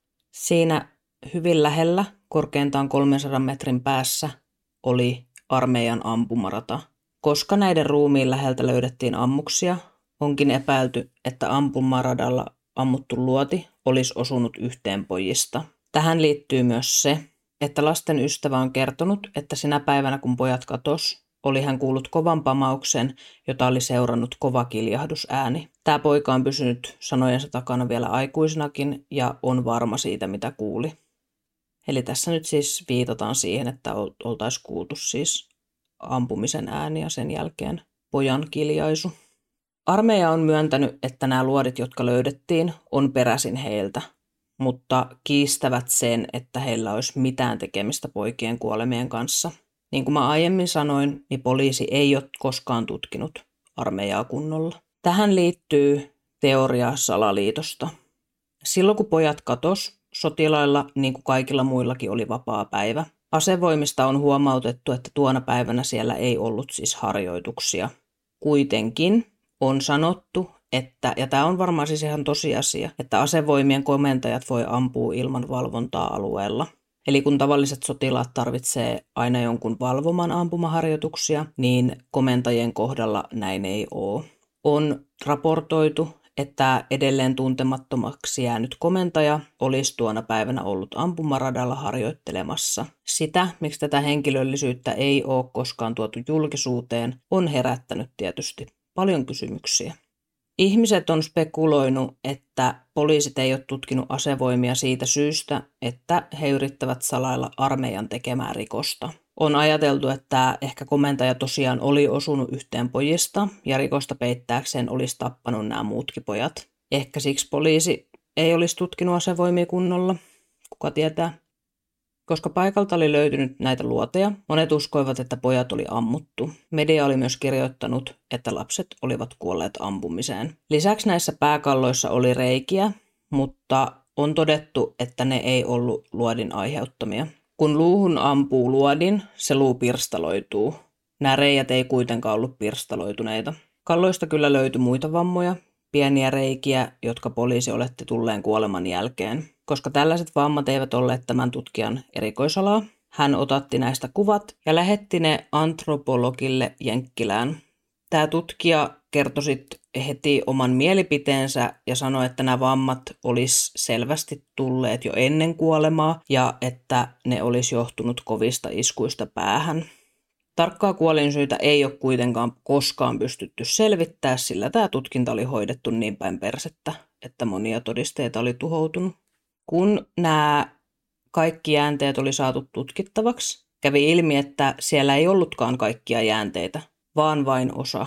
Siinä hyvin lähellä, korkeintaan 300 metrin päässä, oli armeijan ampumarata. Koska näiden ruumiin läheltä löydettiin ammuksia, onkin epäilty, että ampumaradalla ammuttu luoti olisi osunut yhteen pojista. Tähän liittyy myös se, että lasten ystävä on kertonut, että sinä päivänä kun pojat katos, oli hän kuullut kovan pamauksen, jota oli seurannut kova kiljahdusääni. Tämä poika on pysynyt sanojensa takana vielä aikuisenakin ja on varma siitä, mitä kuuli. Eli tässä nyt siis viitataan siihen, että oltaisiin kuultu siis ampumisen ääni ja sen jälkeen pojan kiljaisu. Armeija on myöntänyt, että nämä luodit, jotka löydettiin, on peräisin heiltä, mutta kiistävät sen, että heillä olisi mitään tekemistä poikien kuolemien kanssa. Niin kuin mä aiemmin sanoin, niin poliisi ei ole koskaan tutkinut armeijaa kunnolla. Tähän liittyy teoria salaliitosta. Silloin kun pojat katos, sotilailla niin kuin kaikilla muillakin oli vapaa päivä. Asevoimista on huomautettu, että tuona päivänä siellä ei ollut siis harjoituksia. Kuitenkin on sanottu, että, ja tämä on varmaan siis ihan tosiasia, että asevoimien komentajat voi ampua ilman valvontaa alueella. Eli kun tavalliset sotilaat tarvitsee aina jonkun valvoman ampumaharjoituksia, niin komentajien kohdalla näin ei ole. On raportoitu, että edelleen tuntemattomaksi jäänyt komentaja olisi tuona päivänä ollut ampumaradalla harjoittelemassa. Sitä, miksi tätä henkilöllisyyttä ei ole koskaan tuotu julkisuuteen, on herättänyt tietysti paljon kysymyksiä. Ihmiset on spekuloinut, että poliisit ei ole tutkinut asevoimia siitä syystä, että he yrittävät salailla armeijan tekemää rikosta. On ajateltu, että ehkä komentaja tosiaan oli osunut yhteen pojista ja rikosta peittääkseen olisi tappanut nämä muutkin pojat. Ehkä siksi poliisi ei olisi tutkinut asevoimia kunnolla, kuka tietää. Koska paikalta oli löytynyt näitä luoteja, monet uskoivat, että pojat oli ammuttu. Media oli myös kirjoittanut, että lapset olivat kuolleet ampumiseen. Lisäksi näissä pääkalloissa oli reikiä, mutta on todettu, että ne ei ollut luodin aiheuttamia. Kun luuhun ampuu luodin, se luu pirstaloituu. Nämä reijät ei kuitenkaan ollut pirstaloituneita. Kalloista kyllä löytyi muita vammoja, pieniä reikiä, jotka poliisi oletti tulleen kuoleman jälkeen. Koska tällaiset vammat eivät olleet tämän tutkijan erikoisalaa, hän otatti näistä kuvat ja lähetti ne antropologille Jenkkilään. Tämä tutkija kertoi sitten heti oman mielipiteensä ja sanoi, että nämä vammat olisi selvästi tulleet jo ennen kuolemaa ja että ne olisi johtunut kovista iskuista päähän. Tarkkaa kuolinsyytä ei ole kuitenkaan koskaan pystytty selvittää, sillä tämä tutkinta oli hoidettu niin päin persettä, että monia todisteita oli tuhoutunut. Kun nämä kaikki jäänteet oli saatu tutkittavaksi, kävi ilmi, että siellä ei ollutkaan kaikkia jäänteitä, vaan vain osa.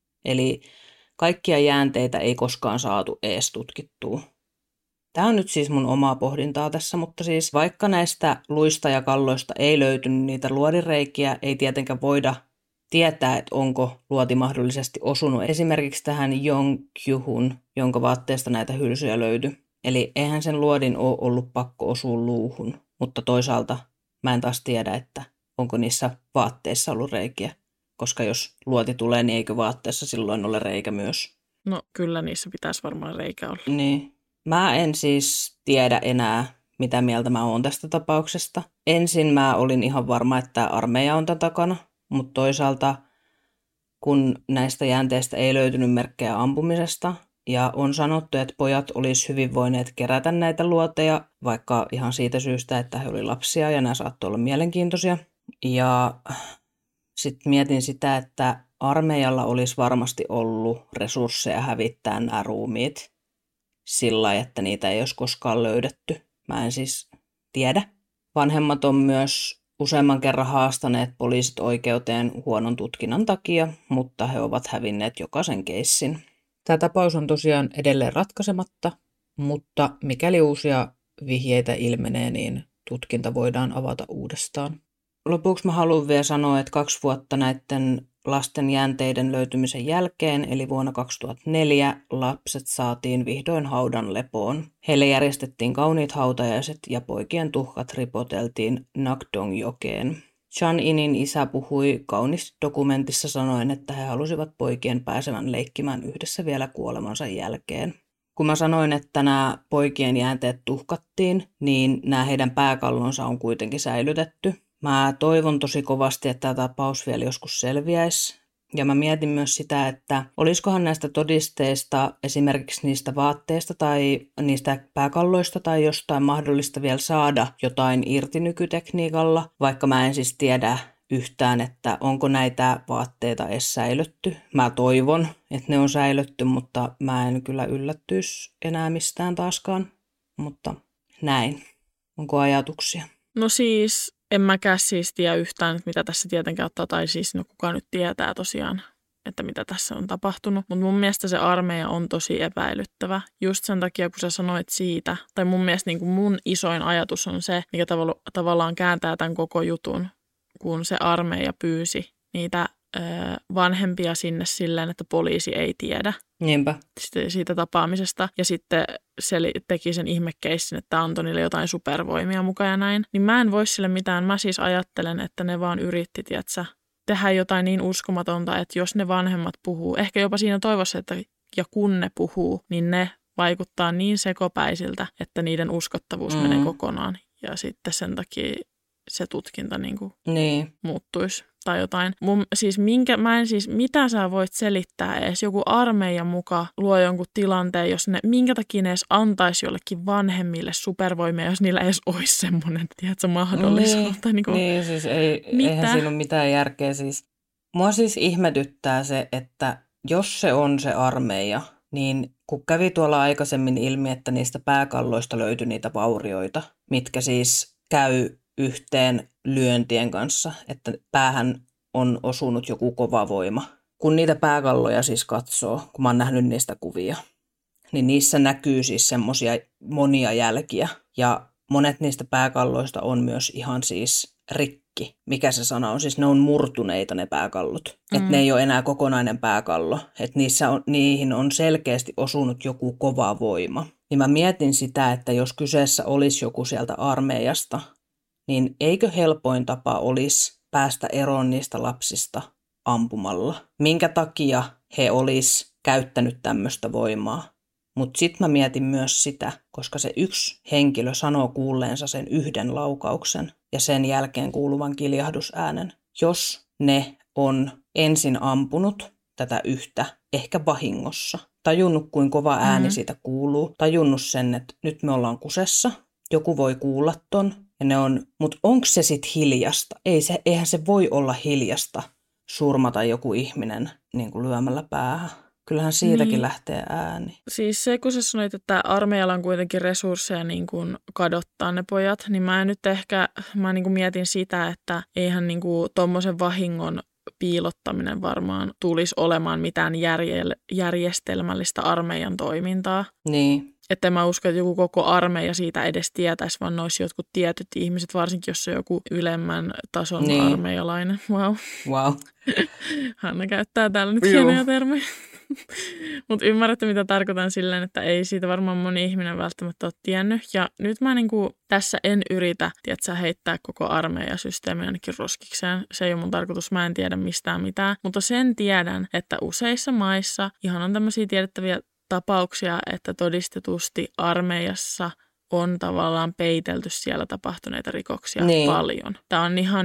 Eli kaikkia jäänteitä ei koskaan saatu ees tutkittua. Tämä on nyt siis mun omaa pohdintaa tässä, mutta siis vaikka näistä luista ja kalloista ei löytynyt niitä luodinreikiä, ei tietenkään voida tietää, että onko luoti mahdollisesti osunut esimerkiksi tähän Jong-Kyuhun, jonka vaatteesta näitä hylsyjä löytyi. Eli eihän sen luodin ole ollut pakko osua luuhun, mutta toisaalta mä en taas tiedä, että onko niissä vaatteissa ollut reikiä, koska jos luoti tulee, niin eikö vaatteessa silloin ole reikä myös? No kyllä niissä pitäisi varmaan reikä olla. Niin. Mä en siis tiedä enää, mitä mieltä mä oon tästä tapauksesta. Ensin mä olin ihan varma, että armeija on tämän takana, mutta toisaalta kun näistä jäänteistä ei löytynyt merkkejä ampumisesta Ja on sanottu, että pojat olisi hyvin voineet kerätä näitä luoteja, vaikka ihan siitä syystä, että he olivat lapsia ja nämä saattoi olla mielenkiintoisia. Ja sitten mietin sitä, että armeijalla olisi varmasti ollut resursseja hävittää nämä ruumiit sillä lailla, että niitä ei olisi koskaan löydetty. Mä en siis tiedä. Vanhemmat on myös useamman kerran haastaneet poliisit oikeuteen huonon tutkinnan takia, mutta he ovat hävinneet jokaisen keissin. Tämä tapaus on tosiaan edelleen ratkaisematta, mutta mikäli uusia vihjeitä ilmenee, niin tutkinta voidaan avata uudestaan. Lopuksi mä haluan vielä sanoa, että 2 vuotta näiden lasten jänteiden löytymisen jälkeen, eli vuonna 2004, lapset saatiin vihdoin haudan lepoon. Heille järjestettiin kauniit hautajaiset ja poikien tuhkat ripoteltiin Nakdong-jokeen. Chan Inin isä puhui kaunisdokumentissa sanoen, että he halusivat poikien pääsevän leikkimään yhdessä vielä kuolemansa jälkeen. Kun mä sanoin, että nämä poikien jäänteet tuhkattiin, niin nämä heidän pääkallonsa on kuitenkin säilytetty. Mä toivon tosi kovasti, että tämä tapaus vielä joskus selviäisi. Ja mä mietin myös sitä, että olisikohan näistä todisteista, esimerkiksi niistä vaatteista tai niistä pääkalloista tai jostain mahdollista vielä saada jotain irti nykytekniikalla, vaikka mä en siis tiedä yhtään, että onko näitä vaatteita edes säilytty. Mä toivon, että ne on säilytty, mutta mä en kyllä yllättyisi enää mistään taaskaan. Mutta näin. Onko ajatuksia? No siis, en mäkään siis tiedä yhtään, että mitä tässä tietenkään ottaa, tai siis no kuka nyt tietää tosiaan, että mitä tässä on tapahtunut. Mutta mun mielestä se armeija on tosi epäilyttävä. Just sen takia, kun sä sanoit siitä, tai mun mielestä niin kuin mun isoin ajatus on se, mikä tavallaan kääntää tämän koko jutun, kun se armeija pyysi niitä vanhempia sinne silleen, että poliisi ei tiedä. Niinpä. Siitä tapaamisesta. Ja sitten se teki sen ihmekeissin, että Antonille jotain supervoimia mukaan ja näin. Niin mä en voi sille mitään. Mä siis ajattelen, että ne vaan yritti, tietsä, tehdä jotain niin uskomatonta, että jos ne vanhemmat puhuu, ehkä jopa siinä toivossa, että ja kun ne puhuu, niin ne vaikuttaa niin sekopäisiltä, että niiden uskottavuus menee kokonaan. Ja sitten sen takia se tutkinta niin muuttuisi tai jotain. Mitä sä voit selittää edes? Joku armeijan muka luo jonkun tilanteen, jos minkä takia ne edes antaisi jollekin vanhemmille supervoimia, jos niillä edes olisi semmoinen, tiedätkö, mahdollisuus. Niin, siis eihän siinä ole mitään järkeä. Siis. Mua siis ihmetyttää se, että jos se on se armeija, niin kun kävi tuolla aikaisemmin ilmi, että niistä pääkalloista löytyi niitä vaurioita, mitkä siis käy yhteen lyöntien kanssa, että päähän on osunut joku kova voima. Kun niitä pääkalloja siis katsoo, kun mä oon nähnyt niistä kuvia, niin niissä näkyy siis semmosia monia jälkiä. Ja monet niistä pääkalloista on myös ihan siis rikki. Mikä se sana on? Siis ne on murtuneita ne pääkallot. Että ne ei ole enää kokonainen pääkallo. Että niihin on selkeästi osunut joku kova voima. Niin mä mietin sitä, että jos kyseessä olisi joku sieltä armeijasta, niin eikö helpoin tapa olisi päästä eroon niistä lapsista ampumalla? Minkä takia he olisi käyttänyt tämmöistä voimaa? Mutta sitten mä mietin myös sitä, koska se yksi henkilö sanoo kuulleensa sen yhden laukauksen ja sen jälkeen kuuluvan kiljahdusäänen. Jos ne on ensin ampunut tätä yhtä, ehkä vahingossa, tajunnut kuin kova ääni siitä kuuluu, tajunnut sen, että nyt me ollaan kusessa, joku voi kuulla ton, mutta onko se sitten hiljasta? Eihän se voi olla hiljasta surmata joku ihminen niin kuin lyömällä päähän. Kyllähän siitäkin lähtee ääni. Siis se, kun sä sanoit, että armeijalla on kuitenkin resursseja niin kuin kadottaa ne pojat, niin mä niin kuin mietin sitä, että eihän niin kuin tommosen vahingon piilottaminen varmaan tulisi olemaan mitään järjestelmällistä armeijan toimintaa. Niin. Että mä usko, että joku koko armeija siitä edes tietäisi, vaan ne olisi jotkut tietyt ihmiset, varsinkin jos se on joku ylemmän tason armeijalainen. Wow. Hanna käyttää täällä nyt hienoja termejä. Mutta ymmärrätte, mitä tarkoitan silleen, että ei siitä varmaan moni ihminen välttämättä ole tiennyt. Ja nyt mä tässä en yritä, heittää koko armeijasysteemi ainakin roskikseen. Se ei ole mun tarkoitus, mä en tiedä mistään mitään. Mutta sen tiedän, että useissa maissa ihan on tämmöisiä tiedettäviä tapauksia, että todistetusti armeijassa on tavallaan peitelty siellä tapahtuneita rikoksia paljon. Tämä on ihan juttu.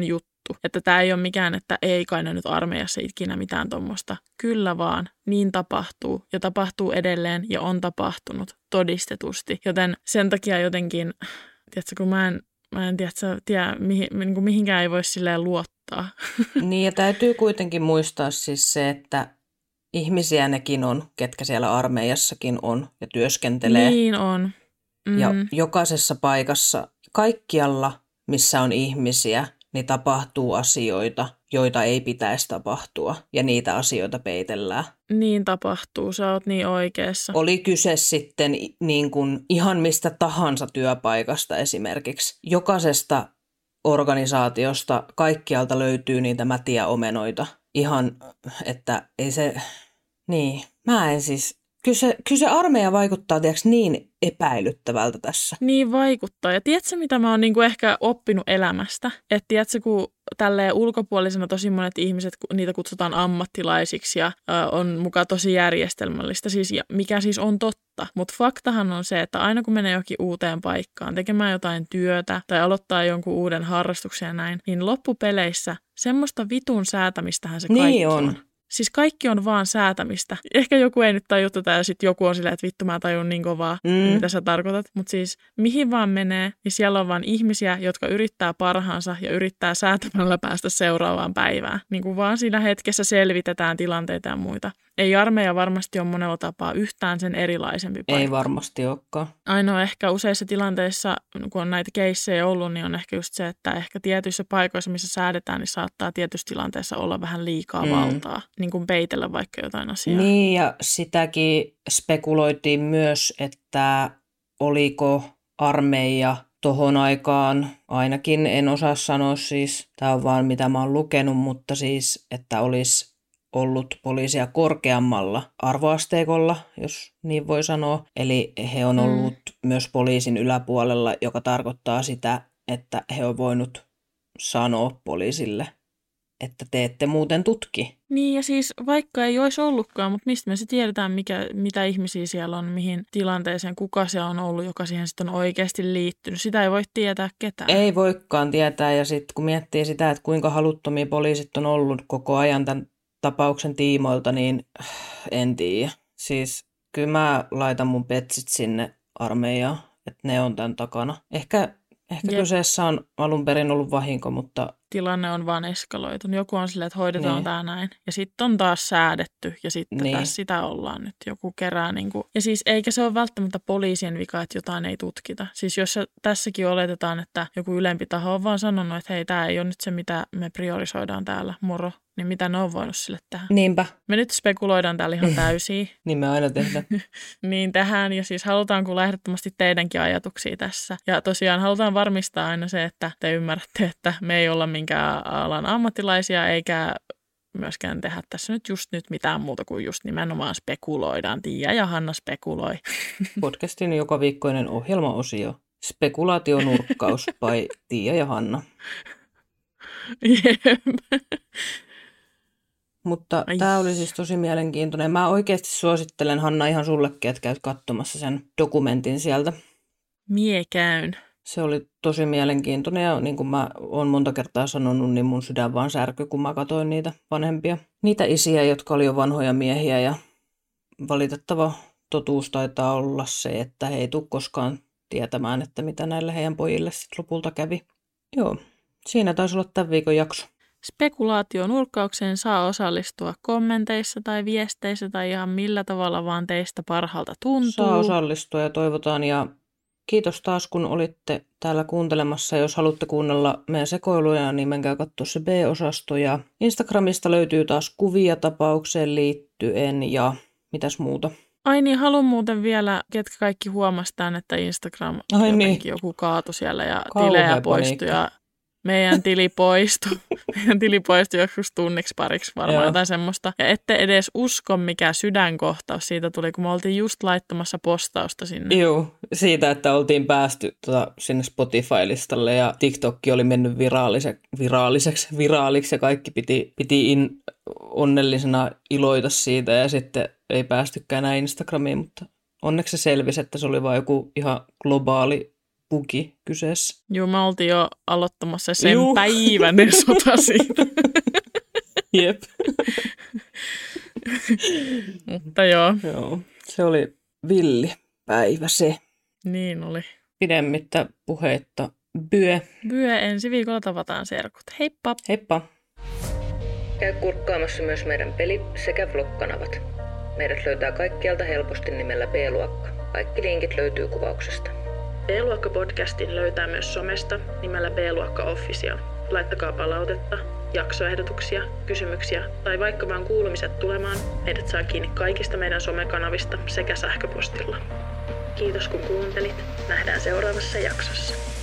juttu. Että tämä ei ole mikään, että ei kai ne nyt armeijassa ikinä mitään tuommoista. Kyllä vaan, niin tapahtuu ja tapahtuu edelleen ja on tapahtunut todistetusti. Joten sen takia jotenkin, tiedätkö, kun mä en tiedä mihinkään ei voi silleen luottaa. Niin ja täytyy kuitenkin muistaa siis se, että ihmisiä nekin on, ketkä siellä armeijassakin on ja työskentelee. Niin on. Ja jokaisessa paikassa, kaikkialla, missä on ihmisiä, niin tapahtuu asioita, joita ei pitäisi tapahtua. Ja niitä asioita peitellään. Niin tapahtuu, sä oot niin oikeassa. Oli kyse sitten niin kuin ihan mistä tahansa työpaikasta esimerkiksi. Jokaisesta organisaatiosta kaikkialta löytyy niitä mätiä omenoita. Ihan, että ei se... Niin, mä en siis... Kyllä se armeija vaikuttaa niin epäilyttävältä tässä. Niin vaikuttaa. Ja tiedätkö, mitä mä oon niinku ehkä oppinut elämästä? Että tiedätkö, kun tälleen ulkopuolisena tosi monet ihmiset, niitä kutsutaan ammattilaisiksi ja on mukaan tosi järjestelmällistä, siis, mikä siis on totta. Mutta faktahan on se, että aina kun menee johonkin uuteen paikkaan, tekemään jotain työtä tai aloittaa jonkun uuden harrastuksen ja näin, niin loppupeleissä semmoista vitun säätämistähän se kaikki niin on. Siis kaikki on vaan säätämistä. Ehkä joku ei nyt tajua tätä ja sitten joku on silleen, että vittu mä tajun niin kovaa, mitä sä tarkoitat. Mutta siis mihin vaan menee, niin siellä on vaan ihmisiä, jotka yrittää parhaansa ja yrittää säätämällä päästä seuraavaan päivään. Niin kuin vaan siinä hetkessä selvitetään tilanteita ja muita. Ei armeija varmasti ole monella tapaa yhtään sen erilaisempi paikka. Ei varmasti olekaan. Ainoa ehkä useissa tilanteissa, kun on näitä keissejä ollut, niin on ehkä just se, että ehkä tietyissä paikoissa, missä säädetään, niin saattaa tietyissä tilanteessa olla vähän liikaa valtaa. Niin kuin peitellä vaikka jotain asiaa. Niin, ja sitäkin spekuloitiin myös, että oliko armeija tohon aikaan, ainakin en osaa sanoa siis, tämä on vaan mitä mä oon lukenut, mutta siis, että olisi ollut poliisia korkeammalla arvoasteikolla, jos niin voi sanoa. Eli he on ollut myös poliisin yläpuolella, joka tarkoittaa sitä, että he on voinut sanoa poliisille, että te ette muuten tutki. Niin ja siis vaikka ei olisi ollutkaan, mutta mistä me se tiedetään, mitä ihmisiä siellä on, mihin tilanteeseen, kuka se on ollut, joka siihen sitten on oikeasti liittynyt. Sitä ei voi tietää ketään. Ei voikaan tietää ja sitten kun miettii sitä, että kuinka haluttomia poliisit on ollut koko ajan tämän tapauksen tiimoilta, niin en tiedä. Siis kyllä mä laitan mun petsit sinne armeijaan, että ne on tämän takana. Ehkä kyseessä on alun perin ollut vahinko, mutta... Tilanne on vaan eskaloitunut. Joku on silleen, että hoidetaan tämä näin. Ja sitten on taas säädetty ja sitten tässä sitä ollaan nyt. Joku kerää niin kuin... Ja siis eikä se ole välttämättä poliisien vika, että jotain ei tutkita. Siis jos tässäkin oletetaan, että joku ylempi taho on vaan sanonut, että hei, tämä ei ole nyt se, mitä me priorisoidaan täällä, moro. Niin mitä ne on voinut sille tehdä? Niinpä. Me nyt spekuloidaan täällä ihan täysiä. Niin me aina tehdään. Niin tehdään ja siis halutaan kuulla ehdottomasti teidänkin ajatuksia tässä. Ja tosiaan halutaan varmistaa aina se, että te ymmärrätte, että me ei olla minkään alan ammattilaisia eikä myöskään tehdä tässä nyt mitään muuta kuin just nimenomaan spekuloidaan. Tiia ja Hanna spekuloi. Podcastin joka viikkoinen ohjelmaosio. Spekulaationurkkaus by Tiia ja Hanna. Jep. Mutta tämä oli siis tosi mielenkiintoinen. Mä oikeasti suosittelen, Hanna, ihan sullekin, että käyt katsomassa sen dokumentin sieltä. Mie käyn. Se oli tosi mielenkiintoinen ja niin kuin mä oon monta kertaa sanonut, niin mun sydän vaan särkyi, kun mä katsoin niitä vanhempia. Niitä isiä, jotka oli jo vanhoja miehiä ja valitettava totuus taitaa olla se, että he ei tule koskaan tietämään, että mitä näille heidän pojille sitten lopulta kävi. Joo, siinä taisi olla tämän viikon jakso. Spekulaation-nurkkaukseen saa osallistua kommenteissa tai viesteissä tai ihan millä tavalla vaan teistä parhaalta tuntuu. Saa osallistua ja toivotaan ja kiitos taas kun olitte täällä kuuntelemassa. Jos haluatte kuunnella meidän sekoiluja, niin menkää katsoa se B-osasto ja Instagramista löytyy taas kuvia tapaukseen liittyen ja mitäs muuta. Ai niin, haluan muuten vielä, ketkä kaikki huomastaan, että Instagram jotenkin joku kaatui siellä ja tilejä poistui ja meidän tili poistui. Meidän tili poistui joskus tunniksi pariksi varmaan jotain semmoista. Ja ette edes usko, mikä sydänkohtaus siitä tuli, kun me oltiin just laittamassa postausta sinne. Joo, siitä, että oltiin päästy sinne Spotify-listalle ja TikTok oli mennyt viraaliksi ja kaikki piti onnellisena iloita siitä ja sitten ei päästykään enää Instagramiin, mutta onneksi se selvisi, että se oli vain joku ihan globaali bugi kyseessä. Joo, me oltiin jo aloittamassa sen päiväinen sota siitä. Jep. Mutta joo. Joo, se oli villi päivä se. Niin oli. Pidemmittä puheitta byö. Byö, ensi viikolla tavataan serkut. Heippa! Heippa! Käy kurkkaamassa myös meidän peli- sekä vlog-kanavat. Meidät löytää kaikkialta helposti nimellä B-luokka. Kaikki linkit löytyy kuvauksesta. B-luokka-podcastin löytää myös somesta nimellä B-luokka Official. Laittakaa palautetta, jaksoehdotuksia, kysymyksiä tai vaikka vaan kuulumiset tulemaan. Meidät saa kiinni kaikista meidän somekanavista sekä sähköpostilla. Kiitos kun kuuntelit. Nähdään seuraavassa jaksossa.